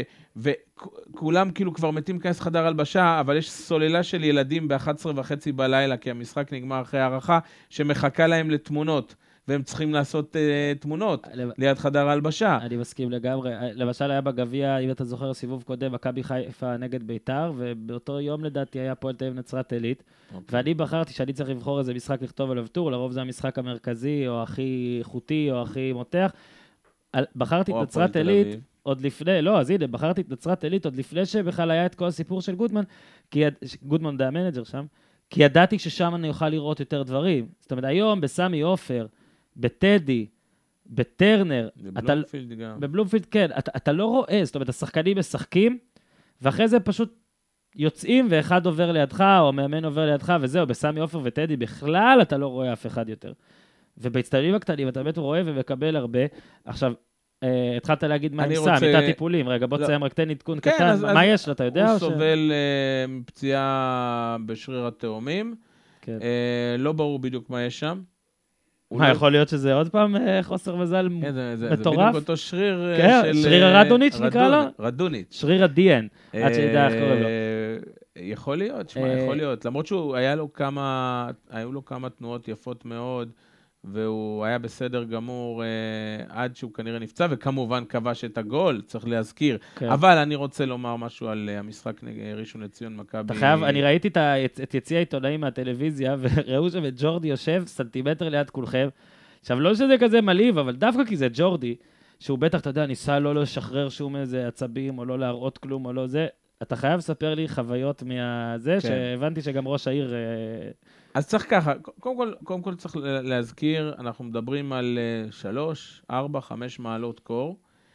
וכולם כאילו כבר מתים כנס חדר הלבשה, אבל יש סוללה של ילדים ב-אחת עשרה וחצי בלילה, כי המשחק נגמר אחרי הערכה, שמחכה להם לתמונות. והם צריכים לעשות uh, תמונות ליד חדר ההלבשה. אני מסכים לגמרי. למשל היה בגביע, אם אתה זוכר, סיבוב קודם, מכבי חיפה נגד ביתר, ובאותו יום לדעתי היה הפועל תל אביב נצרת עילית, okay. ואני בחרתי שאני צריך לבחור איזה משחק לכתוב עליו טור, לרוב זה המשחק המרכזי, או הכי איכותי, או הכי מותח. בחרתי את נצרת עילית עוד לפני, לא, אז הנה, בחרתי את נצרת עילית עוד לפני שבכלל היה את כל הסיפור של גודמן, כי גודמן זה המנג'ר שם, כי ידעתי ששם אני אוכל לראות יותר דברים. זאת אומרת, היום בסמי עופר, בטדי, בטרנר, בבלומפילד גם. בבלומפילד, כן, אתה, אתה לא רואה, זאת אומרת, השחקנים משחקים, ואחרי זה פשוט יוצאים, ואחד עובר לידך, או המאמן עובר לידך, וזהו, בסמי עופר וטדי, בכלל אתה לא רואה אף אחד יותר. ובהצטדיונים הקטנים, אתה באמת רואה ומקבל הרבה. עכשיו, אה, התחלת להגיד מה נמצא, רוצה... מיטת טיפולים, רגע, בוא תסיים רק תן עדכון כן, קטן, אז, מה אז יש לו, אתה יודע? הוא או סובל ש... פציעה בשריר התאומים, כן. אה, לא ברור בדיוק מה יש שם. מה, יכול להיות שזה עוד פעם חוסר מזל מטורף? זה בדיוק אותו שריר של... שריר הרדוניץ' נקרא לו? רדוניץ'. שריר הדיאן, עד שידע איך קוראים לו. יכול להיות, שמע, יכול להיות. למרות שהוא, היה לו כמה, היו לו כמה תנועות יפות מאוד, והוא היה בסדר גמור עד שהוא כנראה נפצע, וכמובן כבש את הגול, צריך להזכיר. אבל אני רוצה לומר משהו על המשחק ראשון לציון מכבי. אתה חייב, אני ראיתי את יציע העיתונאים מהטלוויזיה, וראו שם את ג'ורדי יושב סנטימטר ליד כולכם. עכשיו, לא שזה כזה מלהיב, אבל דווקא כי זה ג'ורדי, שהוא בטח, אתה יודע, ניסה לא לשחרר שום איזה עצבים, או לא להראות כלום, או לא זה. אתה חייב לספר לי חוויות מהזה, שהבנתי שגם ראש העיר... אז צריך ככה, קודם כל, קודם כל צריך להזכיר, אנחנו מדברים על שלוש, ארבע, חמש מעלות קור,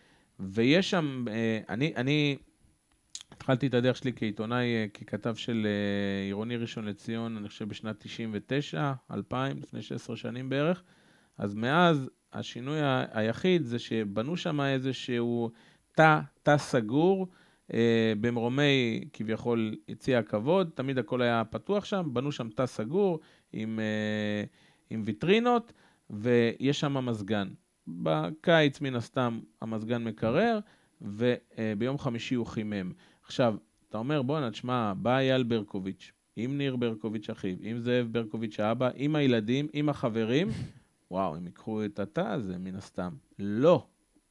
ויש שם, אני, אני התחלתי את הדרך שלי כעיתונאי, ככתב של עירוני ראשון לציון, אני חושב בשנת תשעים ותשע, אלפיים, לפני שש עשרה שנים בערך, אז מאז השינוי היחיד זה שבנו שם איזשהו תא, תא סגור, במרומי כביכול הציע הכבוד, תמיד הכל היה פתוח שם, בנו שם תא סגור עם, עם ויטרינות, ויש שם מזגן. בקיץ מן הסתם המזגן מקרר, וביום חמישי הוא חימם. עכשיו, אתה אומר, בוא נשמע, בא אייל ברקוביץ', עם ניר ברקוביץ' אחיו, עם זאב ברקוביץ' האבא, עם הילדים, עם החברים, וואו, הם יקחו את התא הזה מן הסתם. לא.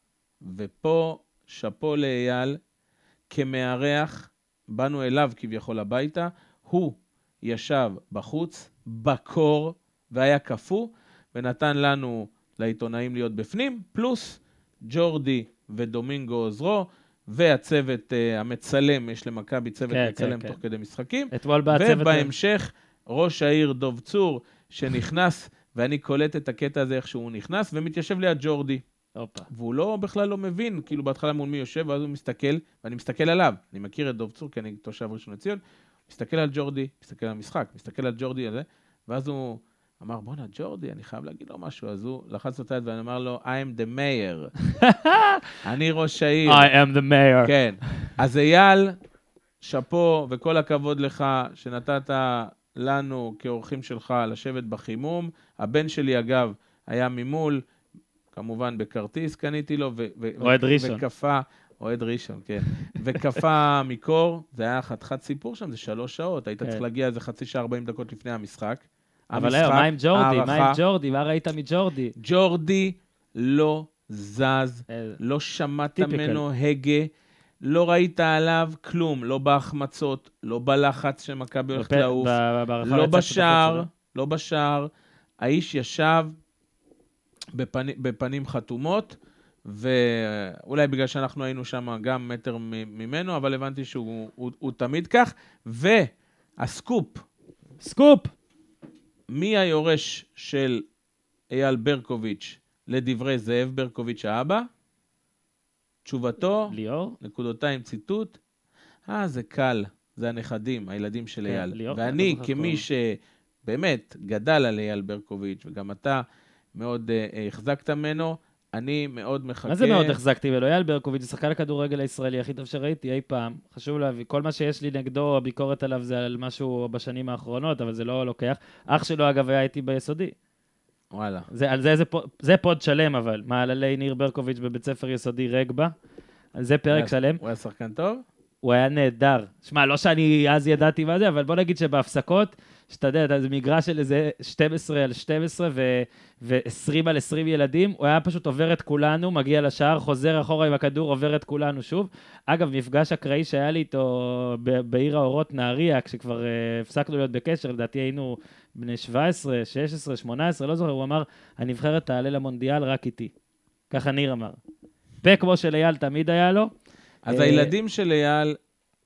ופה שפו לאייל, כמארח, באנו אליו כביכול הביתה, הוא ישב בחוץ, בקור, והיה כפו, ונתן לנו, לעיתונאים להיות בפנים, פלוס ג'ורדי ודומינגו עוזרו, והצוות uh, המצלם, יש למכבי צוות כן, מצלם כן, תוך כן. כדי משחקים, ובהמשך ראש העיר דוב צור, שנכנס, ואני קולט את הקטע הזה איך שהוא נכנס, ומתיישב ליד ג'ורדי. אופה. והוא לא, בכלל לא מבין, כאילו בהתחלה מול מי יושב, ואז הוא מסתכל, ואני מסתכל עליו, אני מכיר את דוב צור, כי אני תושב ראשון לציון, מסתכל על ג'ורדי, מסתכל על המשחק, מסתכל על ג'ורדי הזה, ואז הוא אמר, בונה, ג'ורדי, אני חייב להגיד לו משהו, אז הוא לחץ אותה, ואני אמר לו, I am the mayor. אני ראש העיר. I am the mayor. כן. אז אייל, שפו, וכל הכבוד לך, שנתת לנו, כאורחים שלך, לשבת בחימום. הבן שלי, אגב, היה ממול, כמובן בכרטיס, קניתי לו, ו- ו- אוהד ראשון. וקפה, אוהד ראשון, כן. וקפה מקור, זה היה חתיכת סיפור שם, זה שלוש שעות, היית צריך להגיע איזה חצי שעה ארבעים דקות לפני המשחק. אבל היום, מה עם ג'ורדי? מה עם ג'ורדי? מה ראית מג'ורדי? ג'ורדי לא זז, לא שמעת ממנו הגה, לא ראית עליו כלום, לא בהחמצות, לא בלחץ שמכבי הולכת לעוף, לא בשער, לא בשער. האיש ישב בפנים חתומות, ואולי בגלל שאנחנו היינו שם גם מטר ממנו, אבל הבנתי שהוא תמיד כך. והסקופ, סקופ! מי היורש של אייל ברקוביץ' לדברי זאב ברקוביץ' האבא? תשובתו, ליאור? נקודותיים ציטוט, אה, זה קל, זה הנכדים, הילדים של אייל. ליאור, ואני, כמי שבאמת גדל על אייל ברקוביץ', וגם אתה מאוד uh, החזקת ממנו, אני מאוד מחכה... מה זה מאוד החזקתי ממנו? אייל ברקוביץ' זה שחקן הכדורגל הישראלי הכי טוב שראיתי אי פעם. חשוב להביא, כל מה שיש לי נגדו, הביקורת עליו זה על משהו בשנים האחרונות, אבל זה לא לוקח. אח שלו אגב היה איתי ביסודי. וואלה. זה, על זה, זה, זה פוד שלם אבל, מעללי ניר ברקוביץ' בבית ספר יסודי רגבה. על זה פרק שלם. הוא היה שחקן טוב? הוא היה נהדר. שמע, לא שאני אז ידעתי מה זה, אבל בוא נגיד שבהפסקות, שאתה יודע, זה מגרש של איזה שתים עשרה על שתים עשרה ו-עשרים על עשרים ילדים, הוא היה פשוט עובר את כולנו, מגיע לשער, חוזר אחורה עם הכדור, עובר את כולנו שוב. אגב, מפגש אקראי שהיה לי איתו בעיר האורות נהריה, כשכבר uh, הפסקנו להיות בקשר, לדעתי היינו בני שבע עשרה, שש עשרה, שמונה עשרה, לא זוכר, הוא אמר, הנבחרת תעלה למונדיאל רק איתי. ככה ניר אמר. פה כמו של אייל תמיד היה לו. אז הילדים של אייל,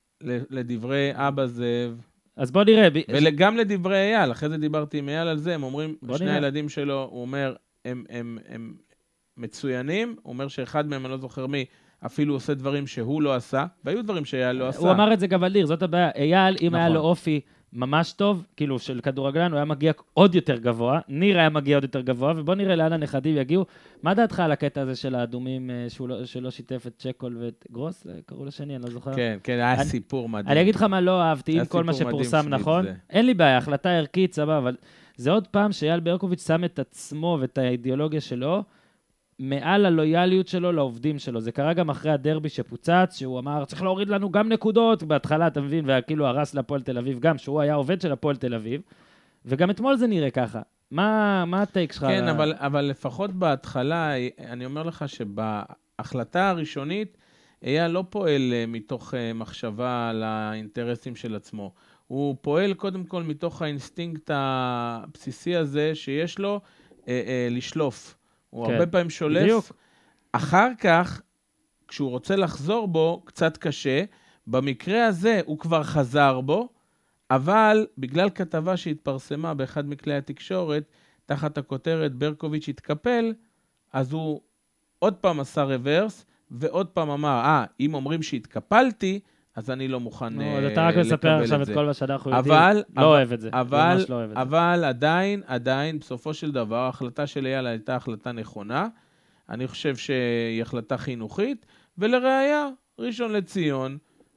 לדברי אבא זאב, אז בוא נראה. וגם לדברי אייל, אחרי זה דיברתי עם אייל על זה, הם אומרים, שני הילדים שלו, הוא אומר, הם, הם, הם מצוינים, הוא אומר שאחד מהם, אני לא זוכר מי, אפילו עושה דברים שהוא לא עשה, והיו דברים שאייל לא עשה. הוא אמר את זה גם על ניר, זאת הבעיה. אייל, אם היה לו אופי ממש טוב, כאילו של כדורגלן, הוא היה מגיע עוד יותר גבוה, ניר היה מגיע עוד יותר גבוה, ובוא נראה לאן הנכדים יגיעו. מה דעתך על הקטע הזה של האדומים, לא, שלא שיתף את צ'קול ואת גרוס? קראו לשני, אני לא זוכר. כן, כן, היה אני, סיפור מדהים. אני אגיד לך מה לא אהבתי, עם כל מה שפורסם נכון, אין לי בעיה, החלטה ערכית, סבבה, אבל זה עוד פעם שאייל ברקוביץ' שם את עצמו ואת האידיאולוגיה שלו, מעל הלויאליות שלו לעובדים שלו. זה קרה גם אחרי הדרבי שפוצץ, שהוא אמר, צריך להוריד לנו גם נקודות, בהתחלה, אתה מבין, וכאילו הרס לפועל תל אביב, גם שהוא היה עובד של הפועל תל אביב, וגם אתמול זה נראה ככה. מה, מה הטייק שלך? כן, אבל, אבל לפחות בהתחלה, אני אומר לך שבהחלטה הראשונית, היה לא פועל מתוך מחשבה על האינטרסים של עצמו. הוא פועל קודם כל מתוך האינסטינקט הבסיסי הזה, שיש לו אה, אה, לשלוף. הוא כן. הרבה פעמים שולף. בדיוק. אחר כך, כשהוא רוצה לחזור בו, קצת קשה. במקרה הזה הוא כבר חזר בו, אבל בגלל כתבה שהתפרסמה באחד מכלי התקשורת, תחת הכותרת ברקוביץ' התקפל, אז הוא עוד פעם עשה רוורס, ועוד פעם אמר, אה, אם אומרים שהתקפלתי, אז אני לא מוכן לקבל את זה. אתה רק מספר עכשיו את כל מה שאנחנו יודעים. אבל, לא אוהב את זה. אבל, אבל עדיין, עדיין, בסופו של דבר, ההחלטה של אייל הייתה החלטה נכונה. אני חושב שהיא החלטה חינוכית, ולראיה, ראשון לציון,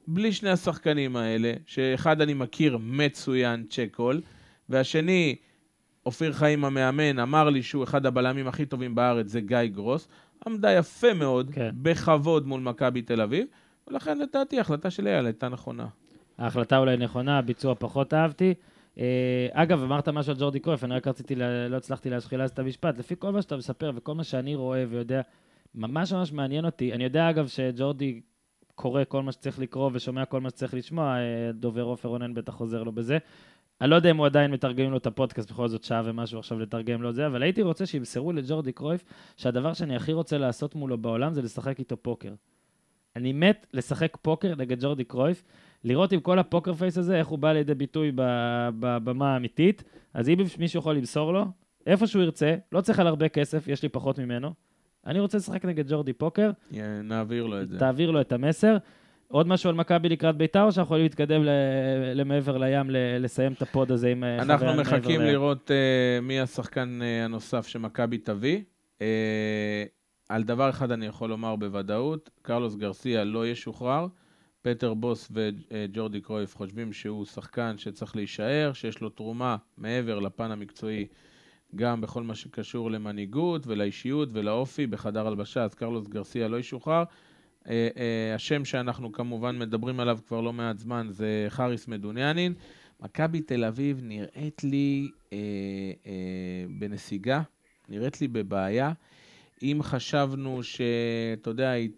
בלי שני השחקנים האלה, שאחד אני מכיר מצוין, צ'קול, והשני, אופיר חיים המאמן, אמר לי שהוא אחד הבלמים הכי טובים בארץ, זה גיא גרוס, עמדה יפה מאוד, כן. בכבוד מול מכבי תל אביב, ולכן לדעתי ההחלטה שלי הייתה נכונה. ההחלטה אולי נכונה, הביצוע פחות אהבתי. אגב, אמרת משהו על ג'ורדי קרויף, אני רק רציתי, לא הצלחתי להשחיל אז את המשפט, לפי כל מה שאתה מספר וכל מה שאני רואה ויודע, ממש ממש מעניין אותי. אני יודע אגב שג'ורדי קורא כל מה שצריך לקרוא ושומע כל מה שצריך לשמוע, דובר עופר רונן בטח חוזר לו בזה. אני לא יודע אם הוא עדיין מתרגמים לו את הפודקאסט, בכל זאת שעה ומשהו עכשיו לתרגם לו את זה, אבל הייתי רוצה שימסרו לג'ורדי קרויף שהדבר שאני הכי רוצה לעשות מולו בעולם זה לשחק איתו פוקר. אני מת לשחק פוקר נגד ג'ורדי קרויף, לראות עם כל הפוקר פייס הזה, איך הוא בא לידי ביטוי בבמה האמיתית. אז אם מישהו יכול למסור לו, איפה שהוא ירצה, לא צריך על הרבה כסף, יש לי פחות ממנו. אני רוצה לשחק נגד ג'ורדי פוקר. נעביר לו את זה. תעביר לו את המסר. עוד משהו על מכבי לקראת בית"ר, או שאנחנו יכולים להתקדם למעבר לים, לסיים את הפוד הזה עם חבר מעבר לים? אנחנו מחכים לראות מי השחקן הנוסף שמכבי תביא. על דבר אחד אני יכול לומר בוודאות, קרלוס גרסיה לא ישוחרר, פטר בוס וג'ורדי קרויף חושבים שהוא שחקן שצריך להישאר, שיש לו תרומה מעבר לפן המקצועי, גם בכל מה שקשור למנהיגות ולאישיות ולאופי בחדר הלבשה, אז קרלוס גרסיה לא ישוחרר. השם שאנחנו כמובן מדברים עליו כבר לא מעט זמן זה חריס מדוניאנין. מכבי תל אביב נראית לי אה, אה, בנסיגה, נראית לי בבעיה. אם חשבנו שאתה יודע, היית,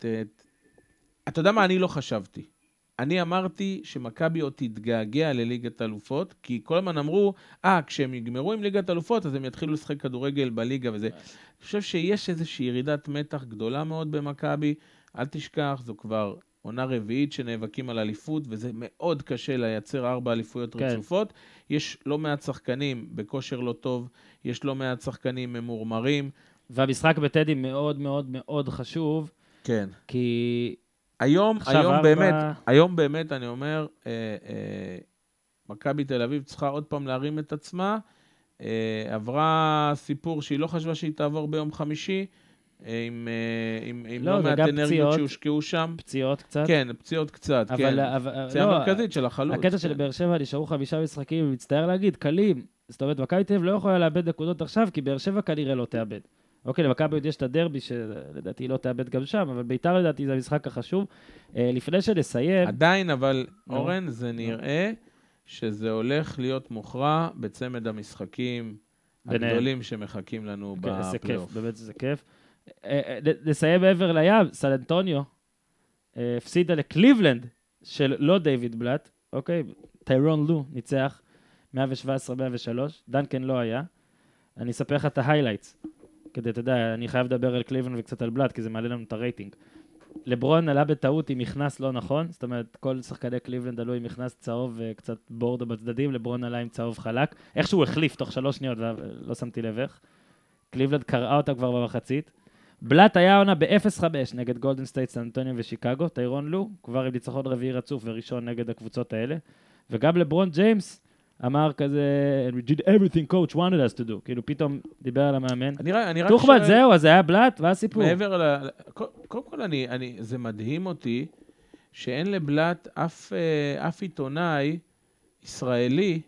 אתה יודע מה אני לא חשבתי? אני אמרתי שמכבי עוד תתגעגע לליגת אלופות, כי כל הזמן אמרו, אה, כשהם יגמרו עם ליגת אלופות, אז הם יתחילו לשחק כדורגל בליגה וזה. אני חושב שיש איזושהי ירידת מתח גדולה מאוד במכבי, אל תשכח, זו כבר עונה רביעית שנאבקים על אליפות, וזה מאוד קשה לייצר ארבע אליפויות כן. רצופות. יש לא מעט שחקנים בכושר לא טוב, יש לא מעט שחקנים ממורמרים. והמשחק בטדי מאוד מאוד מאוד חשוב. כן. כי... היום, היום באמת, ב... היום באמת אני אומר, אה, אה, מכבי תל אביב צריכה עוד פעם להרים את עצמה, אה, עברה סיפור שהיא לא חשבה שהיא תעבור ביום חמישי, עם, עם, עם לא, לא מעט אנרגיות שהושקעו שם. פציעות קצת. כן, פציעות קצת, אבל, כן. אבל, פציעה לא, מרכזית של החלוץ. הקטע כן. של באר שבע נשארו חמישה משחקים, מצטער להגיד, קלים. זאת אומרת, מכבי תל אביב לא יכולה לאבד נקודות עכשיו, כי באר שבע כנראה לא תאבד. אוקיי, למכבי עוד יש את הדרבי, שלדעתי לא תאבד גם שם, אבל בית"ר לדעתי זה המשחק החשוב. לפני שנסיים... עדיין, אבל אורן, זה נראה שזה הולך להיות מוכרע בצמד המשחקים הגדולים שמחכים לנו בפלייאוף. זה כיף, באמת זה כיף. נסיים מעבר לים, סן אנטוניו הפסידה לקליבלנד של לא דיוויד בלאט, אוקיי? טיירון לו ניצח מאה שבע עשרה מאה ושלוש, דנקן לא היה. אני אספר לך את ההיילייטס, כדי, אתה יודע, אני חייב לדבר על קליבלנד וקצת על בלאט, כי זה מעלה לנו את הרייטינג. לברון עלה בטעות עם מכנס לא נכון, זאת אומרת, כל שחקני קליבלנד עלו עם מכנס צהוב וקצת בורדו בצדדים, לברון עלה עם צהוב חלק. איכשהו החליף תוך שלוש שניות, ולא שמתי לב איך. קליבלנד קראה אותה כבר במחצית. בלאט היה עונה ב-אפס חמש נגד גולדן סטייט, סן אנטוניו ושיקגו, טיירון לו, כבר עם ניצחון רביעי רצוף וראשון נגד הקבוצות האלה. וגם לברון ג'יימס אמר כזה, we did everything coach wanted us to do, כאילו פתאום דיבר על המאמן. תוחבט, זהו, אז זה היה בלאט, והסיפור. מעבר ל... קודם כל, אני, אני, זה מדהים אותי, שאין לבלאט אף, אף עיתונאי ישראלי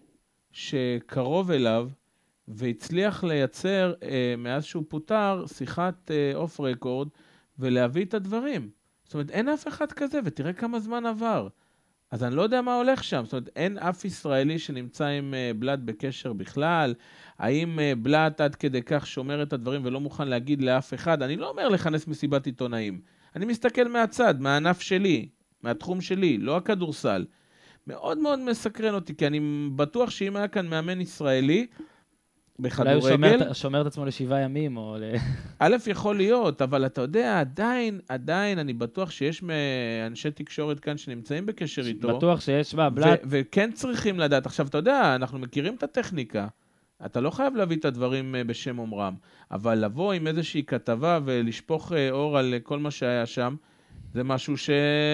שקרוב אליו, והצליח לייצר, מאז שהוא פוטר, שיחת אוף רקורד, ולהביא את הדברים. זאת אומרת, אין אף אחד כזה, ותראה כמה זמן עבר. אז אני לא יודע מה הולך שם, זאת אומרת, אין אף ישראלי שנמצא עם בלאט בקשר בכלל, האם בלאט עד כדי כך שומר את הדברים ולא מוכן להגיד לאף אחד, אני לא אומר לכנס מסיבת עיתונאים, אני מסתכל מהצד, מהענף שלי, מהתחום שלי, לא הכדורסל, מאוד מאוד מסקרן אותי, כי אני בטוח שאם היה כאן מאמן ישראלי, בכדורגל... אולי הוא שומר, שומר את עצמו לשבעה ימים, או ל... א' יכול להיות, אבל אתה יודע, עדיין, עדיין, אני בטוח שיש מאנשי תקשורת כאן שנמצאים בקשר איתו. בטוח שיש, מה, בלאט... ו- וכן צריכים לדעת. עכשיו, אתה יודע, אנחנו מכירים את הטכניקה. אתה לא חייב להביא את הדברים בשם אומרם, אבל לבוא עם איזושהי כתבה ולשפוך אור על כל מה שהיה שם, זה משהו ש...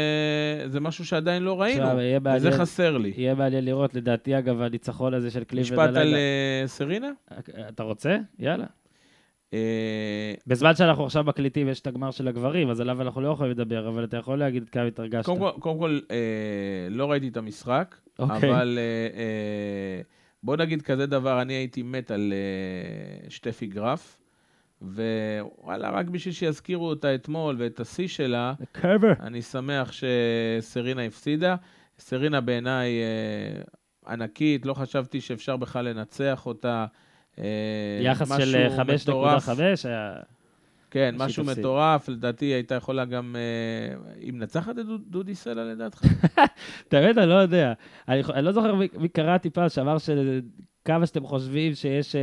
זה משהו שעדיין לא ראינו, וזה חסר לי. יהיה מעניין לראות, לדעתי, אגב, הניצחון הזה של קליבלנד הלילה. משפט על סרינה? אתה רוצה? יאללה. בזמן שאנחנו עכשיו מקליטים, יש את הגמר של הגברים, אז עליו אנחנו לא יכולים לדבר, אבל אתה יכול להגיד כמה התרגשת. קודם כל, קודם כל לא ראיתי את המשחק, אבל בוא נגיד כזה דבר, אני הייתי מת על שטפי גרף, ווואלה, רק בשביל שיזכירו אותה אתמול ואת השיא שלה, אני שמח שסרינה הפסידה. סרינה בעיניי ענקית, לא חשבתי שאפשר בכלל לנצח אותה. יחס של חמש נקודה חמש היה... כן, משהו מטורף, לדעתי הייתה יכולה גם... היא מנצחת את דודי סלע לדעתך? תמיד, אני לא יודע. אני לא זוכר מי קראתי פעם שאמר שכמה שאתם חושבים שיש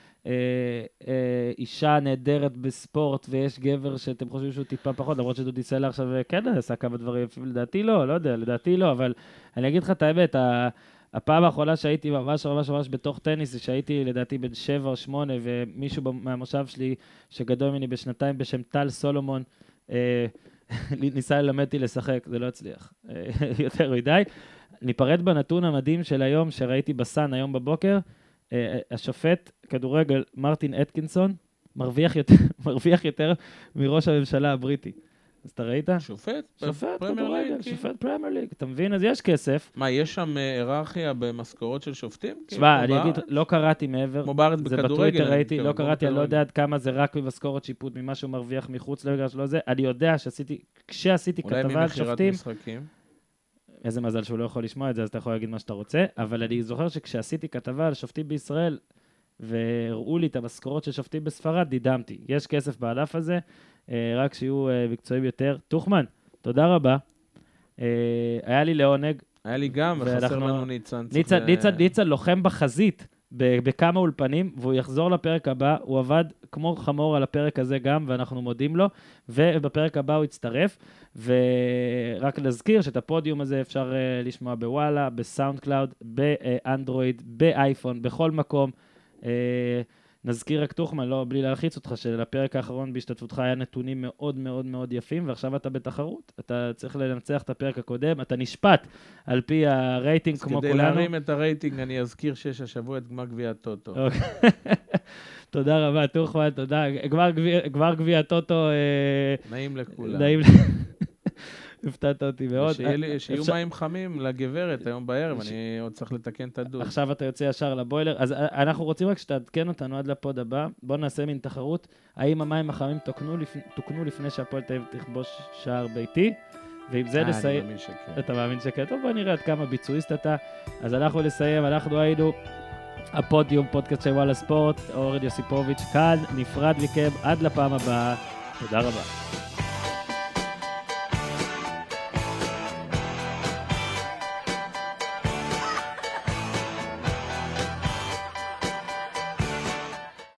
אישה נהדרת בספורט ויש גבר שאתם חושבים שהוא טיפה פחות, למרות שדודי סלע עכשיו כן עשה כמה דברים, לדעתי לא, לא יודע, לדעתי לא, אבל אני אגיד לך את האמת, הפעם האחרונה שהייתי ממש ממש ממש בתוך טניס, זה שהייתי לדעתי בן שבע או שמונה, ומישהו מהמושב שלי שגדול ממני בשנתיים בשם טל סולומון, ניסה ללמדתי לשחק, זה לא הצליח יותר מדי. ניפרד בנתון המדהים של היום שראיתי בסן היום בבוקר, השופט כדורגל מרטין אטקינסון מרוויח יותר, מרוויח יותר מראש הממשלה הבריטי. אז אתה ראית? שופט? שופט, כדורגל, שופט פרמייר ליג. אתה מבין? אז יש כסף. מה, יש שם היררכיה במשכורות של שופטים? תשמע, אני אגיד, לא קראתי מעבר. כמו בארץ בכדורגל. זה בטוויטר ראיתי, לא קראתי, אני לא יודע עד כמה זה רק במשכורת שיפוט ממה שהוא מרוויח מחוץ למגרש, לא זה. אני יודע שעשיתי, כשעשיתי כתבה על שופטים, איזה מזל שהוא לא יכול לשמוע את זה, אז אתה יכול להגיד מה שאתה רוצה, אבל אני זוכר שכשעשיתי כתבה על שופטים בישראל, והראו לי את המשכורות של שופטים בספרד, דידמתי. יש כסף בענף הזה, רק שיהיו מקצועיים יותר. תוכמן, תודה רבה. היה לי לעונג. היה לי גם, וחסר לנו ניצן. ניצן, ניצן, ניצן לוחם בחזית בכמה אולפנים, והוא יחזור לפרק הבא. הוא עבד כמו חמור על הפרק הזה גם, ואנחנו מודים לו, ובפרק הבא הוא יצטרף. ורק נזכיר שאת הפודיום הזה אפשר לשמוע בוואלה, בסאונד קלאוד, באנדרואיד, באייפון, בכל מקום. נזכיר רק תוכמן, לא, בלי להלחיץ אותך, שלפרק האחרון בהשתתפותך היה נתונים מאוד מאוד מאוד יפים, ועכשיו אתה בתחרות. אתה צריך לנצח את הפרק הקודם, אתה נשפט על פי הרייטינג כמו כולנו. כדי להרים את הרייטינג, אני אזכיר שיש השבוע את גמר גביע הטוטו. תודה רבה, תוכמן, תודה. גמר גביע הטוטו... נעים לכולם. נעים הפתעת אותי מאוד. שיהיו מים חמים לגברת היום בערב, אני עוד צריך לתקן את הדוד. עכשיו אתה יוצא ישר לבוילר, אז אנחנו רוצים רק שתעדכן אותנו עד לפוד הבא, בואו נעשה מין תחרות, האם המים החמים תוקנו לפני שהפועל תל אביב תכבוש שער ביתי, ועם זה נסיים... אתה מאמין שכן? טוב, בוא נראה עד כמה ביצועיסט אתה, אז אנחנו נסיים, אנחנו היינו הפודיום, פודקאסט של וואלה ספורט, אורן יוסיפוביץ' כאן, נפרד מכם, עד לפעם הבאה, תודה רבה.